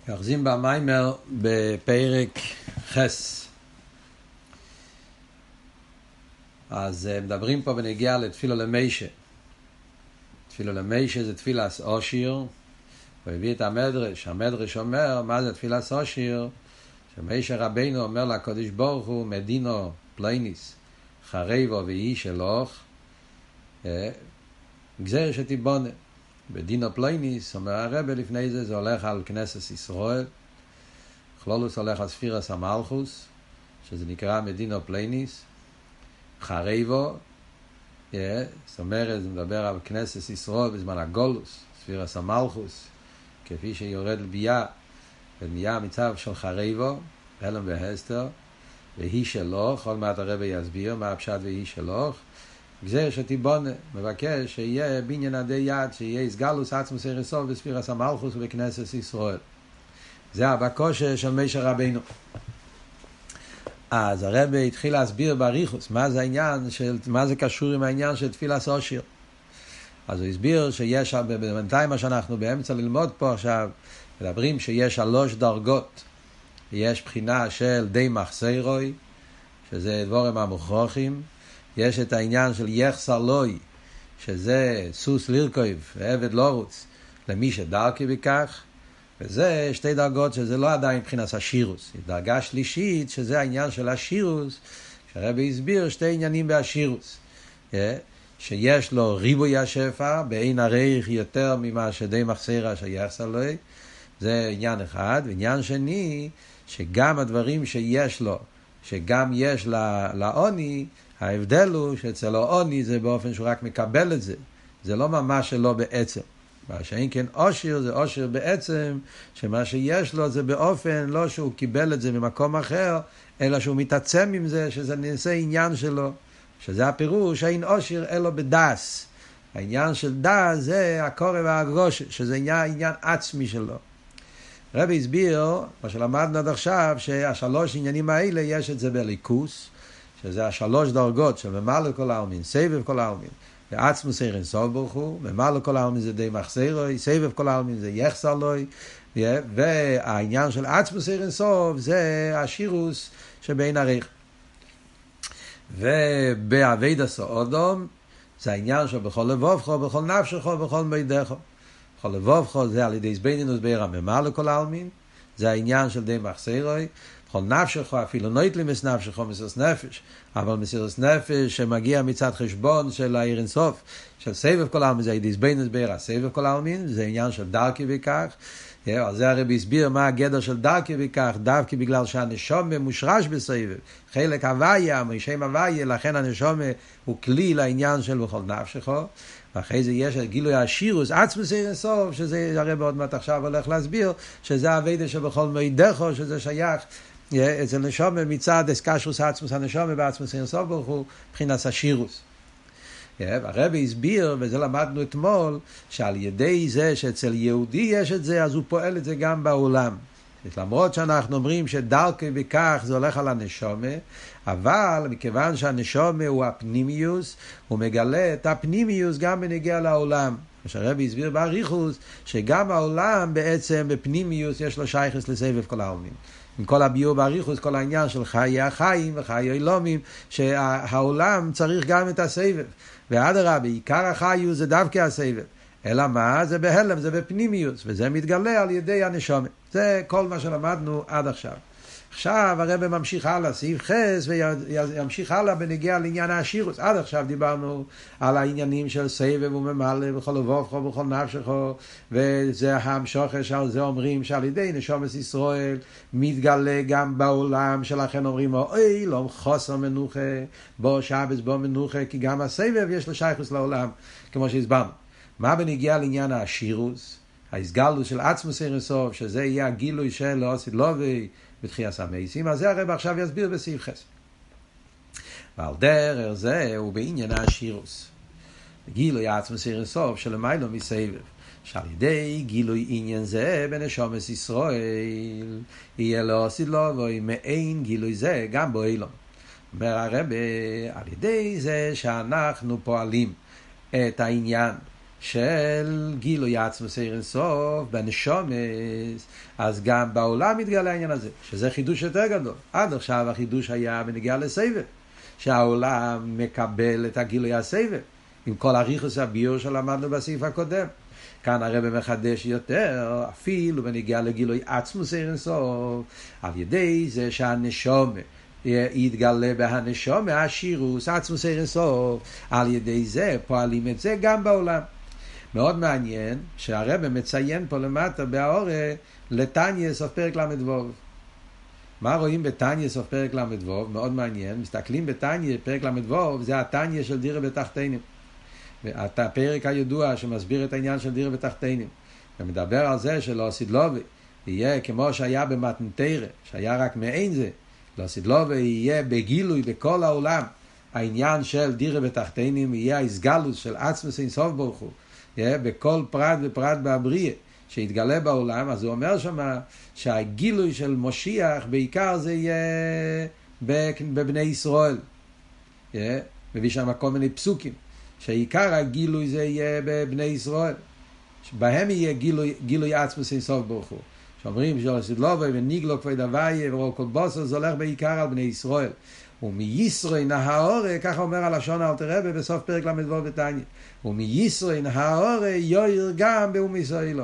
אוחזים במיימר בפרק חס. אז מדברים פה בנגיעה לתפילו למיישה. תפילו למיישה זה תפילת אושיר, והביא את המדרש. המדרש אומר, מה זה תפילת אושיר? שמיישה רבינו אומר לקדוש ברוך הוא, מדינו פלייניס חריבו ויהי שלוך גזיר שתיבונה. בדינו פלייניס, אומר הרב לפני זה הולך על כנסת ישראל, כלולוס הולך על ספירס המלכוס, שזה נקרא מדינו פלייניס. חריבו, זאת אומרת, זה מדבר על כנסת ישראל בזמן הגולוס, ספירס המלכוס, כפי שיורד לביאה, ונהיה מצב של חריבו, הלם והסתר, והיא שלוך, עוד מעט הרב יסביר מה הפשט והיא שלוך, גזיר שתיבונה, מבקש שיהיה בניין עדי יד, שיהיה הסגלוס עצמוס הרסוף בספירס המלכוס ובכנסת ישראל. זה הבקשה של משה רבינו. אז הרב התחיל להסביר בריחוס מה זה העניין של, מה זה קשור עם העניין של תפילת אושיר. אז הוא הסביר שיש, בינתיים מה שאנחנו באמצע ללמוד פה עכשיו, מדברים שיש 3 דרגות. יש בחינה של די מחסרוי, שזה דבורים המוכרחים. יש את העניין של יחסר לוי, שזה סוס לירקויב ועבד לא רוץ, למי שדרכי בכך. וזה 2 דרגות שזה לא עדיין מבחינת השירוס. דרגה שלישית שזה העניין של השירוס, שהרבי הסביר 2 עניינים בהשירוס. שיש לו ריבוי השפע, בעין הרייך יותר ממה שדי מחסרה שיחסר לוי. זה עניין אחד. ועניין שני, שגם הדברים שיש לו, שגם יש לעוני, ההבדל הוא שאצל העוני זה באופן שהוא רק מקבל את זה. זה לא ממש שלא בעצם. מה שאין כן אושיר, זה אושיר בעצם, שמה שיש לו זה באופן לא שהוא קיבל את זה ממקום אחר, אלא שהוא מתעצם עם זה, שזה נעשה עניין שלו. שזה הפירוש, אין אושיר אלו בדס. העניין של דס זה הקורא והגרוש, שזה עניין עצמי שלו. רבי הסביר, מה שלמדנו עד עכשיו, שהשלוש עניינים האלה יש את זה בליכוס, שזה 3 דרגות של ממלא כל העלמין, סבב כל העלמין, ועצמוס אין סוף ברוך הוא. ממלא כל העלמין זה די מחסרוי, סבב כל העלמין זה יחסר לוי, והעניין של עצמוס אין סוף זה השירוס שבין הרייך. ובעבודת האדם זה העניין שבכל לבבך, בכל נפשך, בכל מידך. בכל לבבך זה על ידי זבנינוס בעיר הממלא כל העלמין, זה העניין של די מחסרוי. בכל נפשך, אפילו נויטלי מסנפשך, מסירות נפש, אבל מסירות נפש שמגיע מצד חשבון של העיר אינסוף, של סבב כל העלמין, זה הידיס בינוס בעיר הסבב כל העלמין, זה עניין של דרכי בכך. על זה הרבי הסביר מה הגדר של דרכי בכך, דווקא בגלל שהנשום מושרש בסבב, חלק הוויה, משם הוויה, לכן הנשום הוא כלי לעניין של בכל נפשך. ואחרי זה יש גילוי השירוס, עצמוס אין סוף, שזה הרב עוד מעט עכשיו הולך להסביר, שזה העבודה שבכל מידך, שזה שייך אצל נשום מצד אסקשרוס עצמוס הנשום בעצמוס אין סוף ברוך הוא, מבחינת השירוס. הרבי הסביר, וזה למדנו אתמול, שעל ידי זה שאצל יהודי יש את זה, אז הוא פועל את זה גם בעולם. למרות שאנחנו אומרים שדרכי בכך זה הולך על הנשום, אבל מכיוון שהנשום הוא הפנימיוס, הוא מגלה את הפנימיוס גם בנגיע לעולם. הרבי הסביר באריכות שגם העולם בעצם בפנימיוס יש לו שייכות לסבב כל העלמין. עם כל הביור באריכות, כל העניין של חיי החיים וחיי אילומים, שהעולם צריך גם את הסבב. ואדרבה, עיקר החיו זה דווקא הסבב. אלא מה? זה בהלם, זה בפנימיוס, וזה מתגלה על ידי הנשום. זה כל מה שלמדנו עד עכשיו. עכשיו הרב ממשיך הלאה, סעיף חס, וימשיך הלאה בנגיע לעניין השירוס. עד עכשיו דיברנו על העניינים של סבב וממלא בכל לבבך ובכל נפשך, וזה המשוכר שעל זה אומרים שעל ידי נשומת ישראל מתגלה גם בעולם, שלכן אומרים אוי לא חוסר מנוחה, בו שבס בו מנוחה, כי גם הסבב יש לו שייכות לעולם, כמו שהסברנו. מה בנגיע לעניין השירוס? ההסגלוס של עצמוס אין סוף, שזה יהיה הגילוי של לא עשית לובי בתחיית המתים, אז זה הרב עכשיו יסביר בסעיף חס. ועל דרך זה הוא בעניין השירוס. גילוי עצמוס אין סוף שלמיילו מסבב, שעל ידי גילוי עניין זה בנשומת ישראל, יהיה לא עשית לובי מעין גילוי זה גם באילום. אומר הרב, על ידי זה שאנחנו פועלים את העניין של גילוי עצמוס אין סוף בנשומס, אז גם בעולם מתגלה העניין הזה, שזה חידוש יותר גדול. עד עכשיו החידוש היה בנגיעה לסבב, שהעולם מקבל את הגילוי הסבב, עם כל הריחוס הביור שלמדנו בסעיף הקודם. כאן הרב מחדש יותר, אפילו בנגיעה לגילוי עצמוס אין סוף, על ידי זה שהנשומה יתגלה בהנשומה, השירוס, עצמוס אין סוף, על ידי זה פועלים את זה גם בעולם. מאוד מעניין שהרב מציין פה למטה באורה לתניא סוף פרק למדבור. מה רואים בתניא סוף פרק למדבור? מאוד מעניין. מסתכלים בתניא פרק למדבור, זה התניא של דירה בתחתינים. הפרק הידוע שמסביר את העניין של דירה בתחתינים. ומדבר על זה שלא סידלובי יהיה כמו שהיה במתנתרא, שהיה רק מעין זה. לא סידלובי יהיה בגילוי בכל העולם. העניין של דירה בתחתינים יהיה הסגלוס של עצמוס אין סוף ברוך הוא. בכל פרט ופרט בהבריאה שיתגלה בעולם. אז הוא אומר שמה שהגילוי של משיח בעיקר זה יהיה בבני ישראל. מביא שם כל מיני פסוקים שעיקר הגילוי זה יהיה בבני ישראל, שבהם יהיה גילוי עצמוס אין סוף ברוך הוא. שאומרים שלא סדלובי וניגלו כבד הוויה ורוב כל בוסר, זה הולך בעיקר על בני ישראל. ומישראל נהאורה, ככה אומר הלשון אלתר רבי בסוף פרק למדבור בתניא, ומישראל נהאורה יויר גם באום ישראל.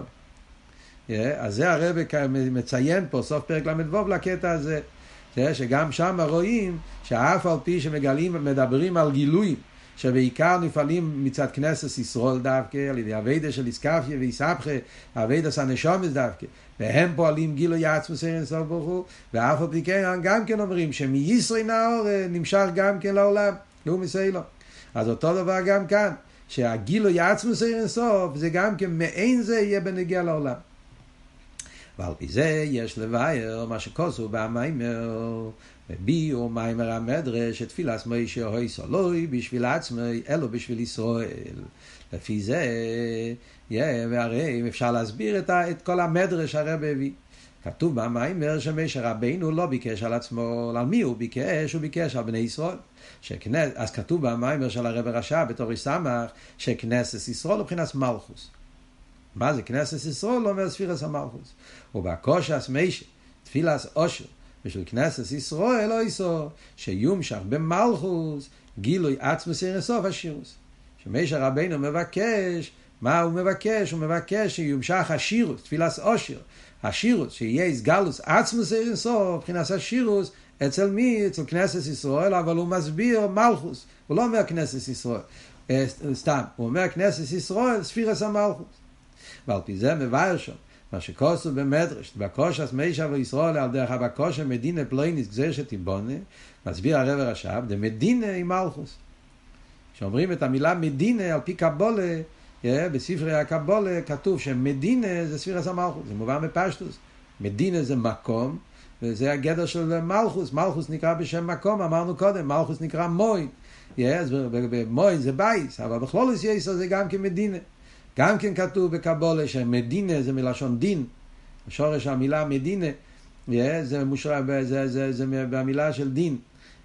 אז זה הרבי מציין פה סוף פרק למדבור לקטע הזה, שגם שם רואים שאף על פי שמגלים מדברים על גילויים שבעיקר נפעלים מצד כנסת ישראל דווקא, על ידי הווידה של איסקפיה ואיסבכה, הווידה של הנשומס דווקא, והם פועלים גילוי עצמוס אין סוף ברוך הוא, ואף על פי כן גם כן אומרים שמישראל נאור נמשך גם כן לעולם, לאום ישראל. אז אותו דבר גם כאן, שהגילוי עצמוס אין סוף זה גם כן מעין זה יהיה בנגיע לעולם. ועל פי זה יש לבאר מה שכוסו במיימר, וביאו מיימר המדרש שתפילת מוישה הוי סולוי בשביל עצמי אלו בשביל ישראל. לפי זה והרי אם אפשר להסביר את כל המדרש הרב הביא, כתוב במיימר שמשה רבינו לא ביקש על עצמו, על מי הוא ביקש? הוא ביקש על בני ישראל. אז כתוב במיימר של הרב רש"ב בתור סמך שכנסת ישראל מבחינת מלכוס. מה זה כנסת ישראל? לא אומר ספירס המלכוס. ובקושס משה תפילת אושר בשביל כנסת ישראל לא יסור שיומשך במלכוס גילוי עצמוס אין סוף השירוס. שמשה רבינו מבקש, מה הוא מבקש? הוא מבקש שיומשך השירוס, תפילת אושר, השירוס, שיהיה הסגלוס עצמוס אין סוף, מבחינת השירוס, אצל מי? אצל כנסת ישראל, אבל הוא מסביר מלכוס, הוא לא אומר כנסת ישראל, סתם, הוא אומר כנסת ישראל, ספירס המלכוס. ועל פי זה מבאר שם מה שכוסו במדרש בקושס משה וישראל על דרך הבקושה מדינה פלויניס גזיר שתיבונה, מסביר הרב רש"ב דמדינה עם מלכוס. שאומרים את המילה מדינה על פי קבולה, בספרי הקבולה כתוב שמדינה זה ספירס המלכוס, זה מובן בפשטוס. מדינה זה מקום, וזה הגדר של מלכוס. מלכוס נקרא בשם מקום, אמרנו קודם, מלכוס נקרא מוי, אז מוי זה בייס, אבל בכלולוס יסו זה גם כמדינה. גם כן כתוב בקבולה שמדינה זה מלשון דין, שורש המילה מדינה זה מושרע, זה במילה של דין,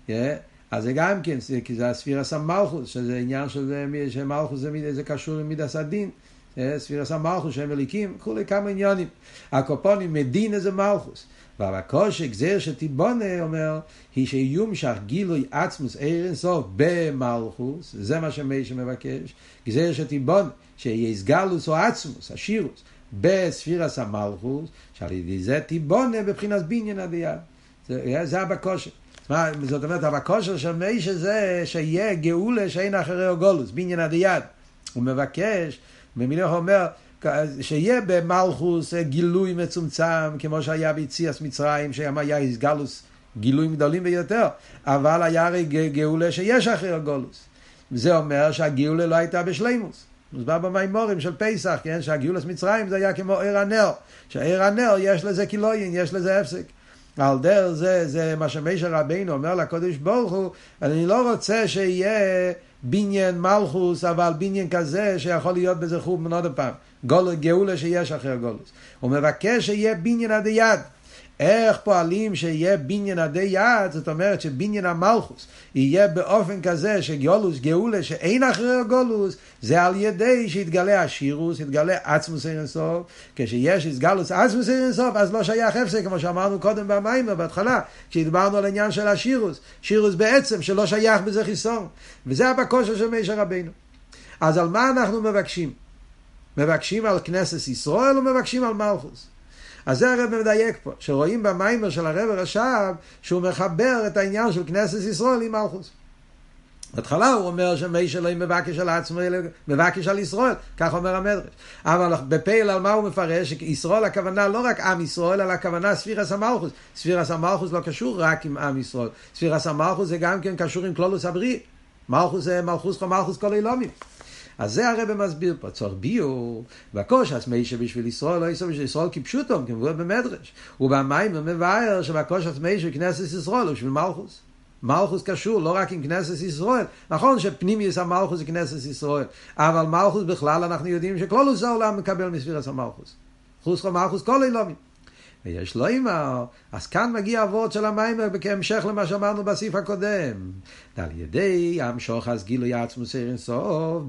אז זה גם כן, כי זה הספירס המלכוס, שזה עניין של מלכוס זה קשור למידס הדין, ספירס המלכוס שהם מליקים, כולי כמה עניינים. הקופונים מדינה זה מלכוס, והבקושה גזיר שתיבונה אומר היא שיומשך גילוי עצמוס אין סוף במלכוס, זה מה שמשה מבקש, גזיר שתיבונה שיהיה סגלוס או עצמוס, השירוס, בספירס המלכוס, שעל ידי זה תיבונה בבחינת בניין הדיין. זה הבקושה. זאת אומרת, הבקושה של משה זה שיהיה גאולה שאין אחרי גולוס, בניין הדיין. הוא מבקש, במילים אומר, שיהיה במלכוס גילוי מצומצם, כמו שהיה ביציאת מצרים, שהיה סגלוס גילויים גדולים ביותר, אבל היה הרי גאולה שיש אחרי גולוס. זה אומר שהגאולה לא הייתה בשלימוס. מוסבר במיימורים של פסח, כן? שהגאולת מצרים זה היה כמו עיר הנר, שהעיר הנר יש לזה קילוין, יש לזה הפסק. על דרך זה מה שמשה רבינו אומר לקדוש ברוך הוא, אני לא רוצה שיהיה בניין מלכוס, אבל בניין כזה שיכול להיות בזה חורבן עוד פעם, גאולה שיש אחרי גולוס. הוא מבקש שיהיה בניין עד יד, איך פועלים שיהיה בניין עדי יד, זאת אומרת שבניין המלכוס יהיה באופן כזה שגולוס גאולה שאין אחרי גולוס, זה על ידי שיתגלה השירוס, יתגלה עצמוס אין סוף. כשיש הסגלוס עצמוס אין סוף, אז לא שייך הפסק, כמו שאמרנו קודם במיימר בהתחלה, כשדיברנו על העניין של השירוס, שירוס בעצם שלא שייך בזה חיסון, וזה הבקשה של משה רבינו. אז על מה אנחנו מבקשים? מבקשים על כנסת ישראל או מבקשים על מלכוס? אז זה הרב מדייק פה, שרואים במיימר של הרב רש"ב שהוא מחבר את העניין של כנסת ישראל עם מלכוס. בהתחלה הוא אומר שמשה לא מבקש על עצמו, אלא מבקש על ישראל, כך אומר המדרש. אבל בפעיל על מה הוא מפרש? שישראל הכוונה לא רק עם ישראל, אלא הכוונה ספירס המלכוס. ספירס המלכוס לא קשור רק עם עם ישראל. ספירס המלכוס זה גם כן קשור עם כלולוס הבריא. מלכוס זה מלכוס כל אילומים. אז זה הרב מסביר פה, צורך ביור, והקוש, אז מי שבשביל ישראל, לא יסוד בשביל ישראל כפשוטום, כמובן במדרש. ובמים הוא מבאר שבקוש, אז מי שכנסת ישראל הוא בשביל מלכוס. מלכוס קשור לא רק עם כנסת ישראל. נכון שפנימיוס המלכוס זה כנסת ישראל, אבל מלכוס בכלל אנחנו יודעים שכלולוס העולם מקבל מספירס המלכוס. חוץ מלכוס כל אילומים. ויש לו אימר, אז כאן מגיע הוורד של המיימר כהמשך למה שאמרנו בסעיף הקודם. על ידי המשוך אז גילוי עצמוס אין סוף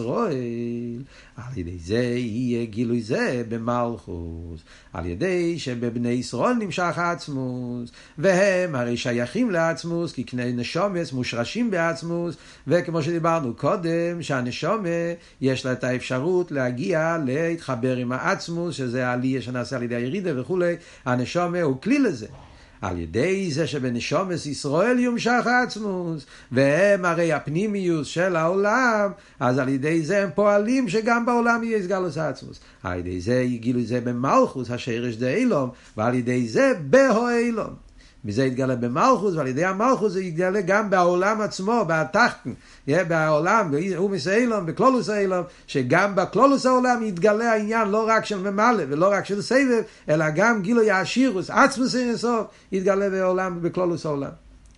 בישראל, על ידי זה יהיה גילוי זה במלכוס, על ידי שבבני ישראל נמשך עצמוס, והם הרי שייכים לעצמוס, כי קני נשומס מושרשים בעצמוס, וכמו שדיברנו קודם, שהנשומה יש לה את האפשרות להגיע להתחבר עם העצמוס, שזה העלייה שנעשה על ידי הירידה וכולי. הנשומה הוא כלי לזה. על ידי זה שבנשומס ישראל יומשך עצמוס, והם הרי הפנימיוס של העולם, אז על ידי זה הם פועלים שגם בעולם יהיה סגלוס עצמוס. על ידי זה יגילו זה במלכוס, השרש דה אילום, ועל ידי זה בהאילום. מזה יתגלה במלכוס, ועל ידי המלכוס זה יתגלה גם בעולם עצמו, בתחתן, בעולם, באומס אילום, בקלולוס אילום, שגם בקלולוס העולם יתגלה העניין לא רק של ממלא ולא רק של סבב, אלא גם גילוי השירוס, עצמוס אין סוף, יתגלה בעולם, בקלולוס העולם.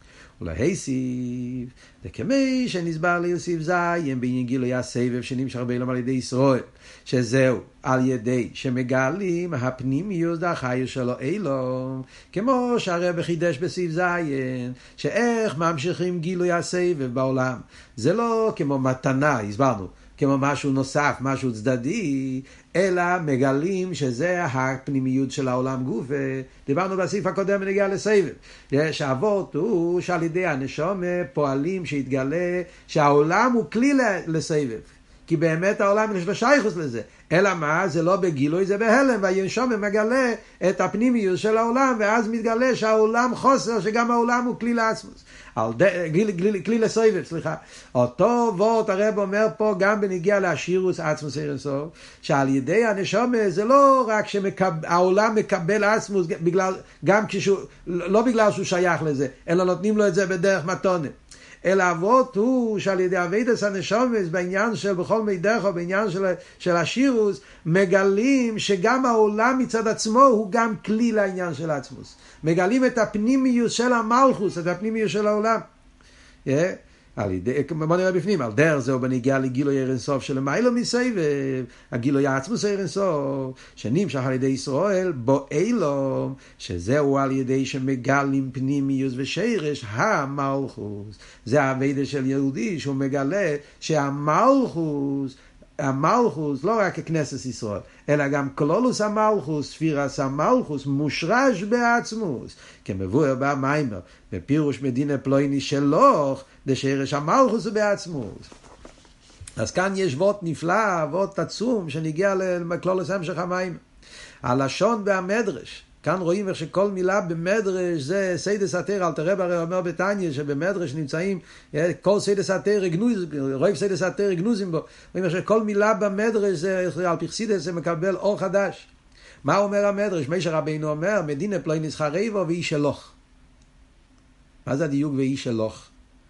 ולהיסיב, וכמי שנסבר ליוסיף זיים בעניין גילוי הסבב שנמשך בעולם על ידי ישראל, שזהו על ידי שמגלים הפנימיוס דחיוס שלו אילום, כמו שהרב חידש בסעיף זיים, שאיך ממשיכים גילוי הסבב בעולם, זה לא כמו מתנה, הסברנו, כמו משהו נוסף, משהו צדדי, אלא מגלים שזה הפנימיות של העולם גוף. דיברנו בסעיף הקודם נגיע לסבב. שהאבות הוא שעל ידי הנשום פועלים שהתגלה שהעולם הוא כלי לסבב. כי באמת העולם יש לו שייכות לזה. אלא מה? זה לא בגילוי, זה בהלם. והנשום מגלה את הפנימיות של העולם, ואז מתגלה שהעולם חוסר, שגם העולם הוא כלי לעצמוס. כלי לסבב, סליחה. אותו וורט הרב אומר פה גם בנגיע להשירוס עצמוס אין סוף, שעל ידי הנשום זה לא רק שהעולם מקבל עצמוס, גם לא בגלל שהוא שייך לזה, אלא נותנים לו את זה בדרך מתונה. אלא אבות הוא שעל ידי אבידס הנשומס בעניין של בכל מידך או בעניין של השירוס מגלים שגם העולם מצד עצמו הוא גם כלי לעניין של עצמוס. מגלים את הפנימיוס של המלכוס, את הפנימיוס של העולם. על ידי, בוא נראה בפנים, על דרך זהו בנגיע לגילוי אירנסוף של מיילו מסבב, הגילוי עצמוס אירנסוף, שנמשך על ידי ישראל, בו אילום, שזהו על ידי שמגלים פנימיוס ושרש, המלכוס. זה העבודה של יהודי, שהוא מגלה שהמלכוס, לא רק כנסת ישראל, אלא גם כלולוס המלכוס, ספירס המלכוס, מושרש בעצמוס, כמבואר במיימר, בפירוש מדינה פלויני שלוך, דשרש המלכוס הוא בעצמוס. אז כאן יש וות נפלא, וות עצום, שנגיע לכלולוס המשך המיימר. הלשון והמדרש, כאן רואים איך שכל מילה במדרש זה סיידס התר, אל תראה ברי אומר בתניה שבמדרש נמצאים כל סיידס התר רוב סיידס התר גנוזים בו, רואים איך שכל מילה במדרש זה על פרסידס זה מקבל אור חדש. מה אומר המדרש? משה רבינו אומר מדינה פלויניס חריבו ואיש שלוך. מה זה הדיוק ואיש שלוך?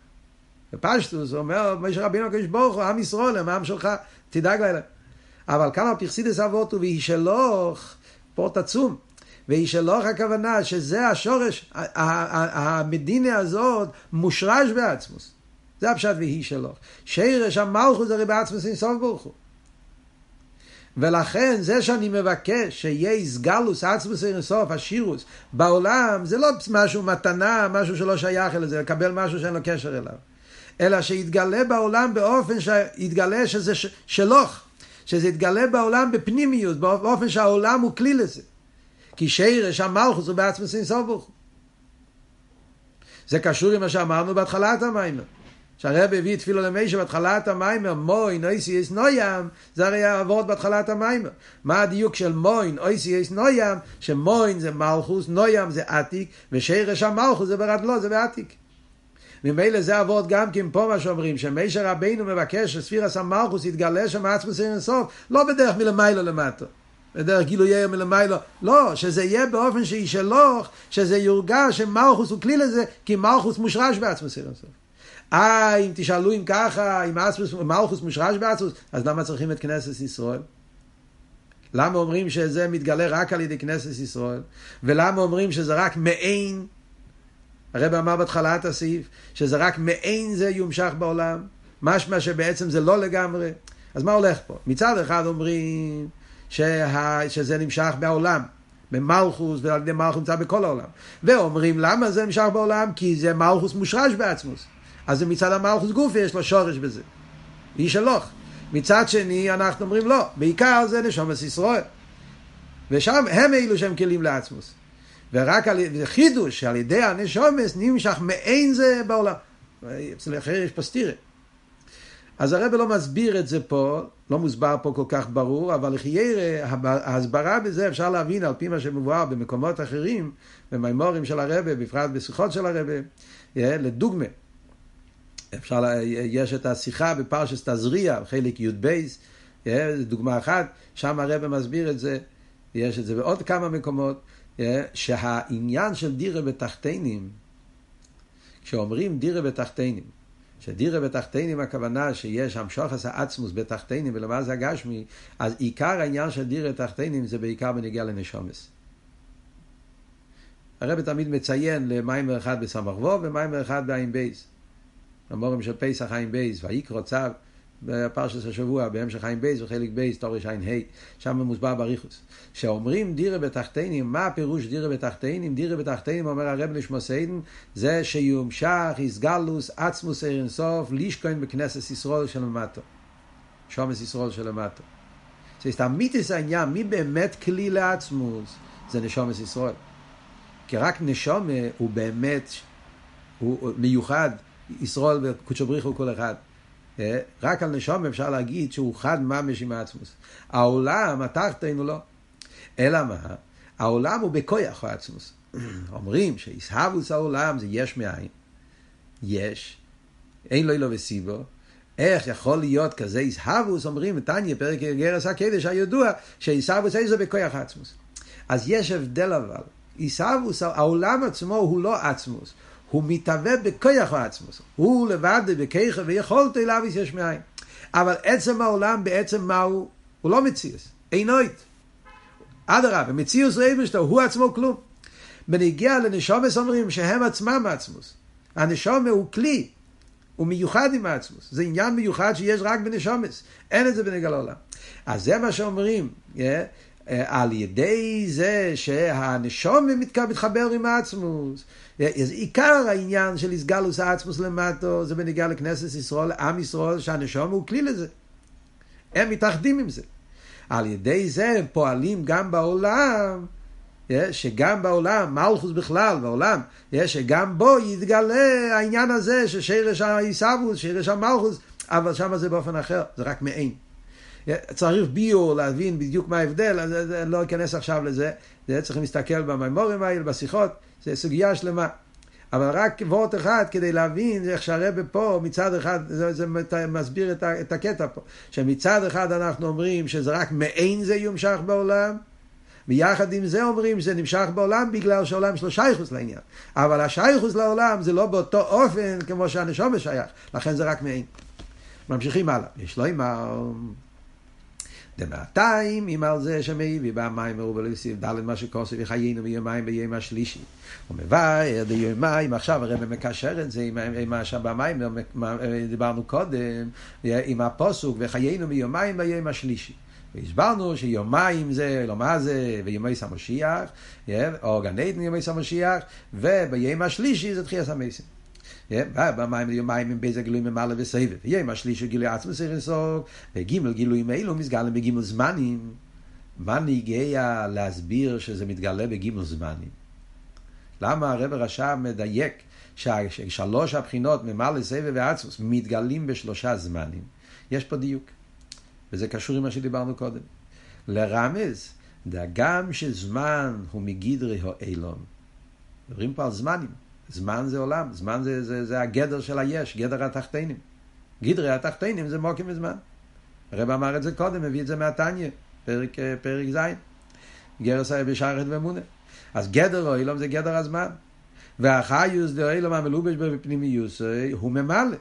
בפשטוס אומר משה רבינו הקדוש ברוך הוא עם ישראל הם העם שלך תדאג להם, אבל כאן על פרסידס אבות ואיש שלוך פה תצום. וישלוח הכוונה שזה השורש, המדינה הזאת מושרש בעצמוס. זה הפשט והיא שלוח. שרש המלכוס הרי בעצמוס אין סוף ברוך הוא. ולכן זה שאני מבקש שיהיה איסגלוס עצמוס אין סוף, השירוס, בעולם, זה לא משהו מתנה, משהו שלא שייך אל זה, לקבל משהו שאין לו קשר אליו. אלא שיתגלה בעולם באופן שיתגלה שזה שלוך, שזה יתגלה בעולם בפנימיות, באופן שהעולם הוא כלי לזה. כי שרש המלכוס הוא בעצמוס אין סוף. זה קשור עם מה שאמרנו בהתחלת המיימר. שהרב הביא תפילו למשה בהתחלת המיימר, מוין, אויסי יש נוים, זה הרי העבוד בהתחלת המיימר. מה הדיוק של מוין, אויסי יש נוים? שמוין זה מלכוס, נוים זה עתיק, ושרש המלכוס זה ברדלו, זה בעתיק. ממילא זה עבוד גם כן פה מה שאומרים, שמשה רבינו מבקש שספירס המלכוס יתגלה שם עצמוס אין סוף, לא בדרך מלמיילו למטה. בדרך גילוי מלמיילו, לא, שזה יהיה באופן שישלוך, שזה יורגש שמלכוס הוא כלי לזה, כי מלכוס מושרש בעצמוס אין סוף. אם תשאלו אם ככה, אם מלכוס מושרש בעצמוס, אז למה צריכים את כנסת ישראל? למה אומרים שזה מתגלה רק על ידי כנסת ישראל? ולמה אומרים שזה רק מעין? הרב אמר בהתחלת הסעיף, שזה רק מעין זה יומשך בעולם, משמע שבעצם זה לא לגמרי. אז מה הולך פה? מצד אחד אומרים שזה נמשך בעולם, במלכוס, ועל ידי מלכוס נמצא בכל העולם. ואומרים למה זה נמשך בעולם? כי זה מלכוס מושרש בעצמוס. אז זה מצד המלכוס גוף יש לו שורש בזה. איש אלוך. מצד שני אנחנו אומרים לא, בעיקר זה נשומת ישראל. ושם הם אלו שהם כלים לעצמוס. ורק על חידוש על ידי הנשומס נמשך מעין זה בעולם. אצל אחר יש פה סתירה. אז הרב לא מסביר את זה פה, לא מוסבר פה כל כך ברור, אבל ההסברה בזה אפשר להבין על פי מה שמבואר במקומות אחרים, במיימורים של הרב, בפרט בשיחות של הרב, לדוגמה. יש את השיחה בפרשת תזריע, חלק י' בייס, זו דוגמה אחת, שם הרב מסביר את זה, יש את זה בעוד כמה מקומות, שהעניין של דירה בתחתינים, כשאומרים דירה בתחתינים, שדירה בתחתינים הכוונה שיש המשוחס העצמוס בתחתינים ולמה זה הגשמי, אז עיקר העניין של דירה בתחתינים זה בעיקר בנגיע לנשומס. הרב תמיד מציין למיימר אחד בסמ"ך וו ומיימר אחד בעין בייס. המורים של פסח עין בייס, ויקרא צו, בפרשת השבוע, בהמשך עין בייס וחלק בייס, תורש עין ה', שם מוסבר בריחוס. שאומרים דירה בתחתינים, מה הפירוש דירה בתחתינים? דירה בתחתינים, אומר הרב נשמע סיידן, זה שיומשך, יסגלוס, עצמוס אין סוף, לישכון בכנסת ישראל של למטה. שומס ישראל של למטה. זאת אמיתיס העניין, מי באמת כלי לעצמוס? זה נשומס ישראל. כי רק נשומה הוא באמת, הוא מיוחד, ישראל וקודשא בריך הוא כל אחד. רק על נשום אפשר להגיד שהוא חד ממש עם העצמוס. העולם, התחתינו לא. אלא מה? העולם הוא בכוח העצמוס. אומרים שישהבוס העולם זה יש מאין. יש. אין לו אלו וסיבו. איך יכול להיות כזה ישהבוס? אומרים, תניא, פרק גרס הקדש הידוע, שישהבוס איזה בכוח העצמוס. אז יש הבדל אבל. ישהבוס, העולם עצמו הוא לא עצמוס. הוא מתהווה בכוח העצמוס. הוא לבד בכיחה ויכולת אליו יש מאין. אבל עצם העולם בעצם מהו? הוא לא מציאס. אינוית. אדרבה, מציאוס רייבשטו, הוא עצמו כלום. בנגיע לנשומס אומרים שהם עצמם עצמוס. הנשומה הוא כלי. הוא מיוחד עם העצמוס. זה עניין מיוחד שיש רק בנשומס. אין את זה בנגיע לעולם. אז זה מה שאומרים. על ידי זה שהנשומה מתחבר עם העצמוס. אז עיקר העניין של הסגלוס העצמוס למטו, זה בנגיע לכנסת ישראל, עם ישראל, שהנשומה הוא כלי לזה. הם מתאחדים עם זה. על ידי זה הם פועלים גם בעולם, שגם בעולם, מלכוס בכלל בעולם, שגם בו יתגלה העניין הזה, ששרש הישבוס, שרש המלכוס, אבל שם זה באופן אחר, זה רק מעין. צריך ביור להבין בדיוק מה ההבדל, אז לא אכנס עכשיו לזה, צריכים להסתכל במיימורים האלה, בשיחות, זה סוגיה שלמה. אבל רק וורט אחד כדי להבין איך שהרב פה מצד אחד, זה מסביר את הקטע פה, שמצד אחד אנחנו אומרים שזה רק מעין זה יומשך בעולם, ויחד עם זה אומרים שזה נמשך בעולם בגלל שהעולם יש לו שייכוס לעניין. אבל השייכוס לעולם זה לא באותו אופן כמו שהנשום שייך, לכן זה רק מעין. ממשיכים הלאה. יש לו אמר דמעתיים, אמר זה שמייבי במים מרובה להוסיף דלת מה שכוסף וחיינו מיומיים ביום השלישי. הוא מבאר דיומיים, עכשיו הרב מקשר את זה עם מה שבמים דיברנו קודם, עם הפוסוק וחיינו מיומיים ביום השלישי. והסברנו שיומיים זה לא מה זה, ויומי המשיח, או גן עדן יומי המשיח, וביום השלישי זה תחיית המתים. יומיים עם בזה גילוי ממעלה וסבב, יום השלישי גילוי עצמוס אינסוף, וגימל גילויים אלו מסגלים בגימל זמנים. מה נגיע להסביר שזה מתגלה בגימל זמנים? למה הרב רש"ב מדייק ששלוש הבחינות ממעלה סבב ועצמוס מתגלים בשלושה זמנים? יש פה דיוק, וזה קשור עם מה שדיברנו קודם. לרמז, גם שזמן הוא מגדרי האילון. מדברים פה על זמנים. זמן זה עולם, זמן זה הגדר של היש, גדר התחתינים. גדרי התחתינים זה מוקים וזמן. הרב אמר את זה קודם, מביא את זה מהתניא, פרק ז', גרס בשערת ומונה. אז גדר האילון זה גדר הזמן. והחיוס דאילום המלובש בפנימיוס הוא ממלא.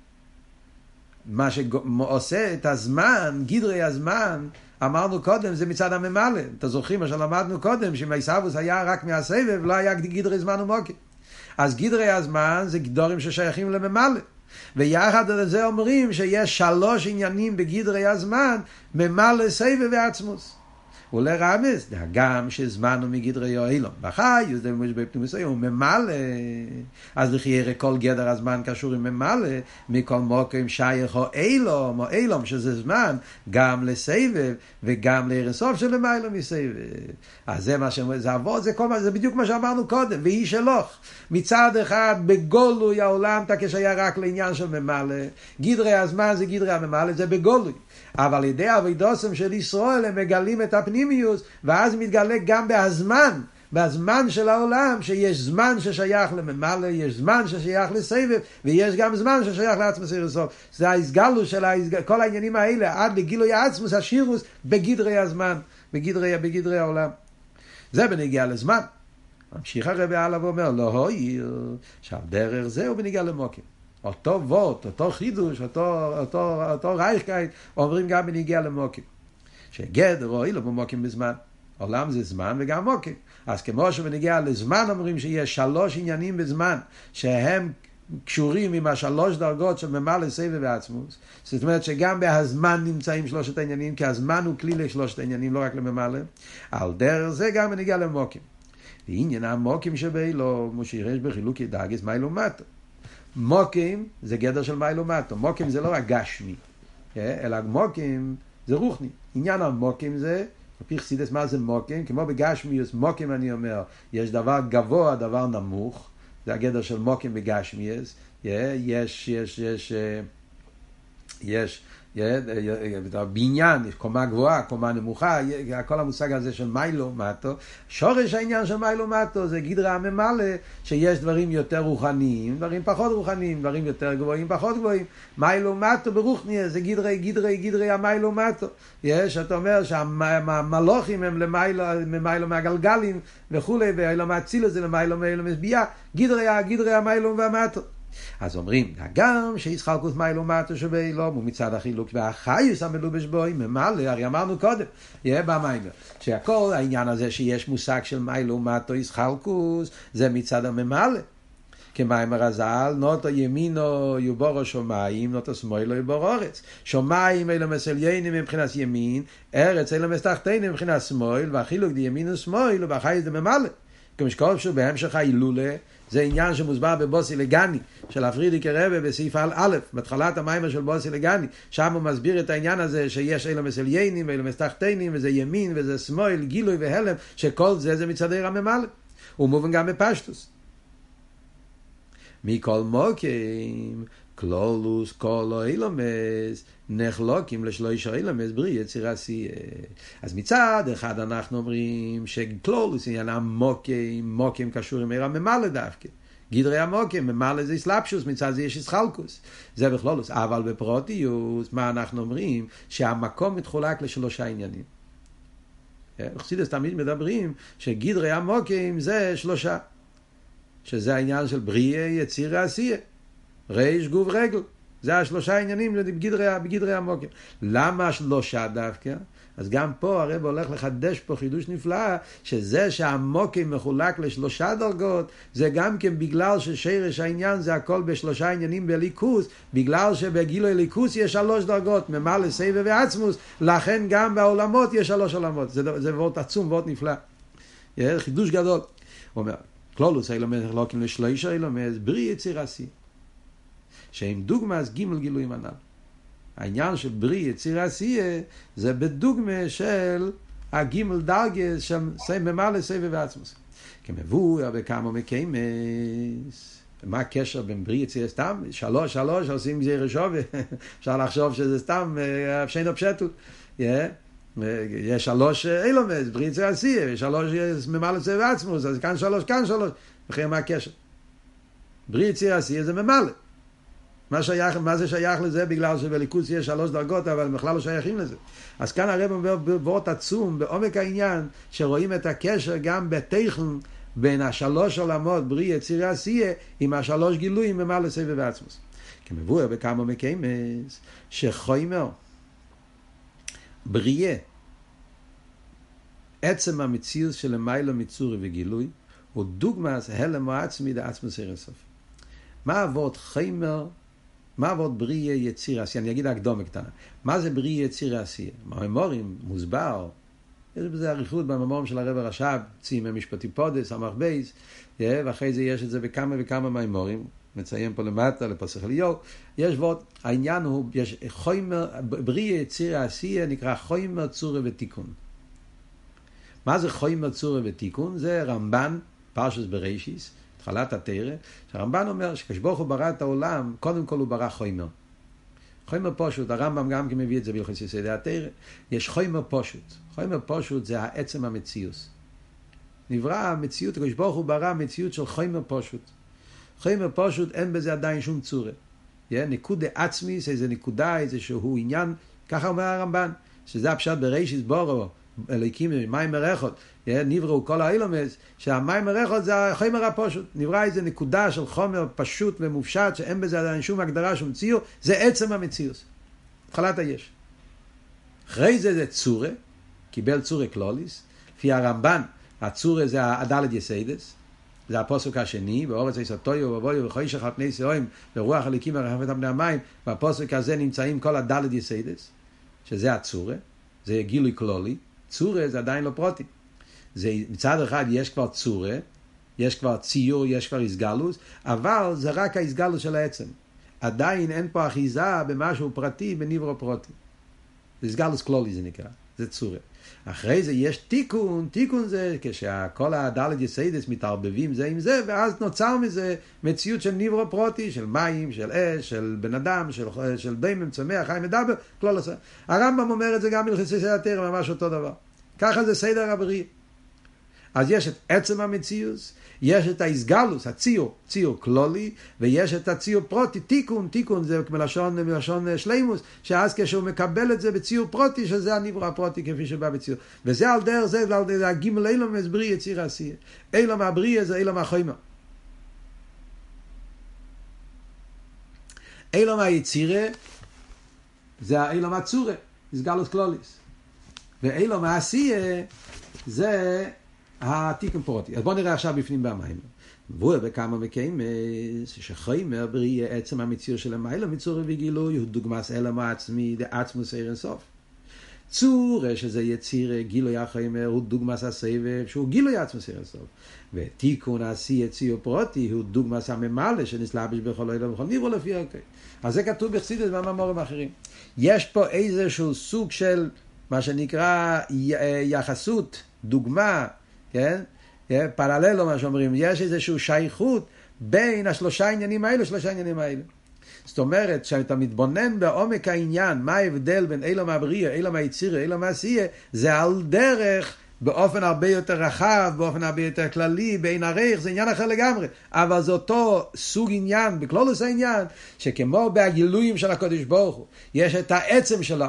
מה שעושה את הזמן, גדרי הזמן, אמרנו קודם, זה מצד הממלא. אתה זוכרים מה שלמדנו קודם, שמייסבוס היה רק מהסבב, לא היה גדרי זמן ומוקי. אז גדרי הזמן זה גדורים ששייכים לממלא. ויחד על זה אומרים שיש שלוש עניינים בגדרי הזמן, ממלא סבב ועצמוס. ולרמז, גם שזמן הוא מגדרי האילום. בחי, זה בפנימיוס הוא ממלא. אז לכי כל גדר הזמן קשור עם ממלא, מכל מוקם שייך או אילום, או אילום שזה זמן, גם לסבב, וגם להרסוף של למעלה מסבב. אז זה מה שזה עבוד, זה בדיוק מה שאמרנו קודם, והיא שלוך. מצד אחד, בגולוי העולם, כשהיה רק לעניין של ממלא, גדרי הזמן זה גדרי הממלא, זה בגולוי. אבל על ידי אבידוסם של ישראל הם מגלים את הפנימיוס, ואז מתגלה גם בזמן של העולם, שיש זמן ששייך לממלא, יש זמן ששייך לסבב, ויש גם זמן ששייך לעצמוס אירסוף. זה ההסגלו של כל העניינים האלה, עד לגילוי העצמוס, השירוס, בגדרי הזמן, בגדרי העולם. זה בנגיע לזמן. ממשיך הרב הלאה ואומר, לא הועיל, שהדרך זהו בנגיע למוקים. אותו וורט, אותו חידוש, אותו רייכקייט, אומרים גם בנגיע למוקים. שגדר הועיל במוקים בזמן. עולם זה זמן וגם מוקים. אז כמו שבנגיע לזמן אומרים שיש שלוש עניינים בזמן, שהם קשורים עם השלוש דרגות של ממלא סבב ועצמוס. זאת אומרת שגם בהזמן נמצאים שלושת העניינים, כי הזמן הוא כלי לשלושת העניינים, לא רק לממלא. על דרך זה גם בנגיע למוקים. ועניין המוקים שבאילו, כמו שירש בחילוקי דאגס מיילו מטו. מוקים זה גדר של מיילו מטו. מוקים זה לא רק גשמי, אלא מוקים זה רוחני. עניין המוקים זה, לפי חסידות מה זה מוקים? כמו בגשמיוס, מוקים אני אומר, יש דבר גבוה, דבר נמוך, זה הגדר של מוקים בגשמיוס, יש בניין, יש קומה גבוהה, קומה נמוכה, כל המושג הזה של מיילו מטו. שורש העניין של מיילו מטו זה גדרי הממלא, שיש דברים יותר רוחניים, דברים פחות רוחניים, דברים יותר גבוהים, פחות גבוהים. מיילו מטו ברוחניה זה גדרי המיילו מטו. יש, אתה אומר שהמלוכים הם למיילו מהגלגלים וכולי, ואילו מאציל זה למיילו מסביעה, גדרי המיילו והמטו. אז אומרים, גם שישחלקות מיילו מטו שבאילום, ומצד החילוק והחיוס המלובש בו, ממלא, הרי אמרנו קודם, יהיה במיימר, שהכל העניין הזה שיש מושג של מיילו מטו ישחלקות, זה מצד הממלא. כמיימר הזל, נוטו ימינו יובורו שומיים, נוטו שמאלו יובורו ארץ. שומיים אלו מסליינים מבחינת ימין, ארץ אלו מסתחתינים מבחינת שמאל, והחילוק די ימין ושמאל, ובחייס די ממלא. כמו שכלשהו בהמשך ההילולה, זה עניין שמוסבר בבוסי לגני, של הפרידיק רבי בסעיף א', בתחילת המיימר של בוסי לגני, שם הוא מסביר את העניין הזה שיש אילו מסליינים ואילו מסתחתינים, וזה ימין וזה שמאל, גילוי והלם, שכל זה מצדי הממלא. הוא מובן גם בפשטוס. מכל מוקים, כלולוס כל אילומס, נחלוקים לשלושה אילומס ברי יצירה עשייה. אז מצד אחד אנחנו אומרים שכלולוס עניינם מוקים קשור עם הממלא דווקא. גדרי המוקים, ממלא זה סלאפשוס, מצד זה יש ישחלקוס. זה בכלולוס. אבל בפרוטיוס, מה אנחנו אומרים? שהמקום מתחולק לשלושה עניינים. חסידות תמיד מדברים שגדרי המוקים זה שלושה. שזה העניין של בריאה, יצירה, עשייה. ריש, גוף, רגל. זה השלושה עניינים בגדרי המוקר. למה השלושה דווקא? אז גם פה הרב הולך לחדש פה חידוש נפלא, שזה שהמוקר מחולק לשלושה דרגות, זה גם כן בגלל ששרש העניין זה הכל בשלושה עניינים בליכוס, בגלל שבגילוי ליכוס יש 3 דרגות, ממלא, סבב ועצמוס, לכן גם בעולמות יש 3 עולמות. זה וורט עצום, וורט נפלא. חידוש גדול. הוא אומר, כלולוס אילומד חלוקים לשלושה אילומד, בריא יציר עשי. שהם דוגמס ג' גילויים הנ"ל. העניין של בריא יציר עשי זה בדוגמה של הגימל דרגס של ממלא סבב ועצמוס. כמבואר בכמה מקיימס. מה הקשר בין בריא יציר סתם? 3 עושים גזירה שווה. אפשר לחשוב שזה סתם פשינו פשטות. יש 3 אילומס, בריא יציר עשי, יש 3 ממלא סבב ועצמוס, אז כאן 3, כאן 3. וכן מה הקשר? בריא יציר עשי זה ממלא. מה זה שייך לזה? בגלל שבליכוס יש 3 דרגות, אבל הם בכלל לא שייכים לזה. אז כאן הרב אומר בוורט עצום, בעומק העניין, שרואים את הקשר גם בתכן בין 3 עולמות, בריא יציר עשייה, עם 3 גילויים ממלא סבב ועצמוס. כמבואר בכמה מקיימס, שחומר בריא, עצם המציאות של מיילו מצורי וגילוי, הוא דוגמס הלם או עצמי דעצמוס אירסוף. מה עבוד חומר? מה עבוד בריא יציר עשייה? אני אגיד הקדומה קטנה. מה זה בריא יציר עשייה? בממורים מוסבר, יש בזה עריכות בממורים של הרב הרש"ב, צימי משפטי פודס, המח בייס, ואחרי זה יש את זה בכמה וכמה ממורים, מציין פה למטה, לפסח אליהו, יש ועוד, העניין הוא, יש חומר, בריא יציר עשייה נקרא חומר צורה ותיקון. מה זה חומר צורה ותיקון? זה רמב"ן, פרשס בראשיס, התחלת התורה, שהרמב"ן אומר שכשברוך הוא ברא את העולם, קודם כל הוא ברא חומר. חומר פשוט, הרמב"ם גם כן מביא את זה בהלכות יסודי התורה, יש חומר פשוט. חומר פשוט זה העצם המציאות. נברא המציאות, כשברוך הוא ברא מציאות של חומר פשוט. חומר פשוט אין בזה עדיין שום צורה. נקודה עצמי, זה נקודה, איזשהו עניין, ככה אומר הרמב"ן, שזה הפשט בראשיס בורו, אלוהיקים מים מרחות, נבראו כל האילומס, שהמים מרחות זה החומר הפשוט, נברא איזה נקודה של חומר פשוט ומופשט, שאין בזה עדיין שום הגדרה, שום ציור, זה עצם המציאות, התחלת היש. אחרי זה צורה, קיבל צורה קלוליס, לפי הרמב"ן, הצורה זה הדלת יסיידס, זה הפסוק השני, באורץ יסתויו ובויו וחוישך על פני שאוים, ברוח הליקים הרחבת על פני המים, והפסוק הזה נמצאים כל הדלת יסיידס, שזה הצורה, זה גילוי כלולי, צורה זה עדיין לא פרוטי. זה מצד אחד יש כבר צורה, יש כבר ציור, יש כבר הסגלוס, אבל זה רק ההסגלוס של העצם. עדיין אין פה אחיזה במשהו פרטי, בנברו פרוטי. זה הסגלוס כלולי זה נקרא, זה צורה. אחרי זה יש תיקון, תיקון זה כשכל הדלת יסיידס מתערבבים זה עם זה, ואז נוצר מזה מציאות של נברו פרוטי, של מים, של אש, של בן אדם, של דיימם, צומח, חי מדבר, כלול עשה. הרמב"ם אומר את זה גם בהלכות יסודי התורה, ממש אותו דבר. ככה זה סדר הבריאה. אז יש את עצם המציאות, יש את ההסגלוס, הציור, ציור כלולי, ויש את הציור פרוטי, תיקון, תיקון זה מלשון שלימוס, שאז כשהוא מקבל את זה בציור פרוטי, שזה הנברא הפרוטי כפי שבא בציור. וזה על דרך זה, ועל דרך הגימל אילום בריא יציר עשייה. אילום הבריא זה אילום החומר. אילום היצירה זה האילום הצורה, הסגלוס כלוליס. ואילום העשייה זה התיקון פרוטי. אז בואו נראה עכשיו בפנים במים. והוא בכמה מקיימס שחומר בריא עצם המציאות של המילה מצורה וגילוי הוא דוגמס אלם העצמי דעצמוס אין סוף. צורה שזה יציר גילוי החומר הוא דוגמס הסבב שהוא גילוי עצמוס אין סוף. ותיקון עשייה ציור פרוטי הוא דוגמס הממלא שנסלבש בכל אילם ובכל נברא לפי הרכי. אז זה כתוב בחסידות במאמרים אחרים. יש פה איזשהו סוג של מה שנקרא יחסות, דוגמה, כן? פרללו מה שאומרים, יש איזושהי שייכות בין השלושה עניינים האלה, זאת אומרת, כשאתה מתבונן בעומק העניין, מה ההבדל בין אילום הבריאה, אילום היצירה, אילום העשייה, זה על דרך, באופן הרבה יותר רחב, באופן הרבה יותר כללי, בין הרייך, זה עניין אחר לגמרי, אבל זה אותו סוג עניין, בכלולוס העניין, שכמו בהגילויים של הקדוש ברוך הוא, יש את העצם של האור,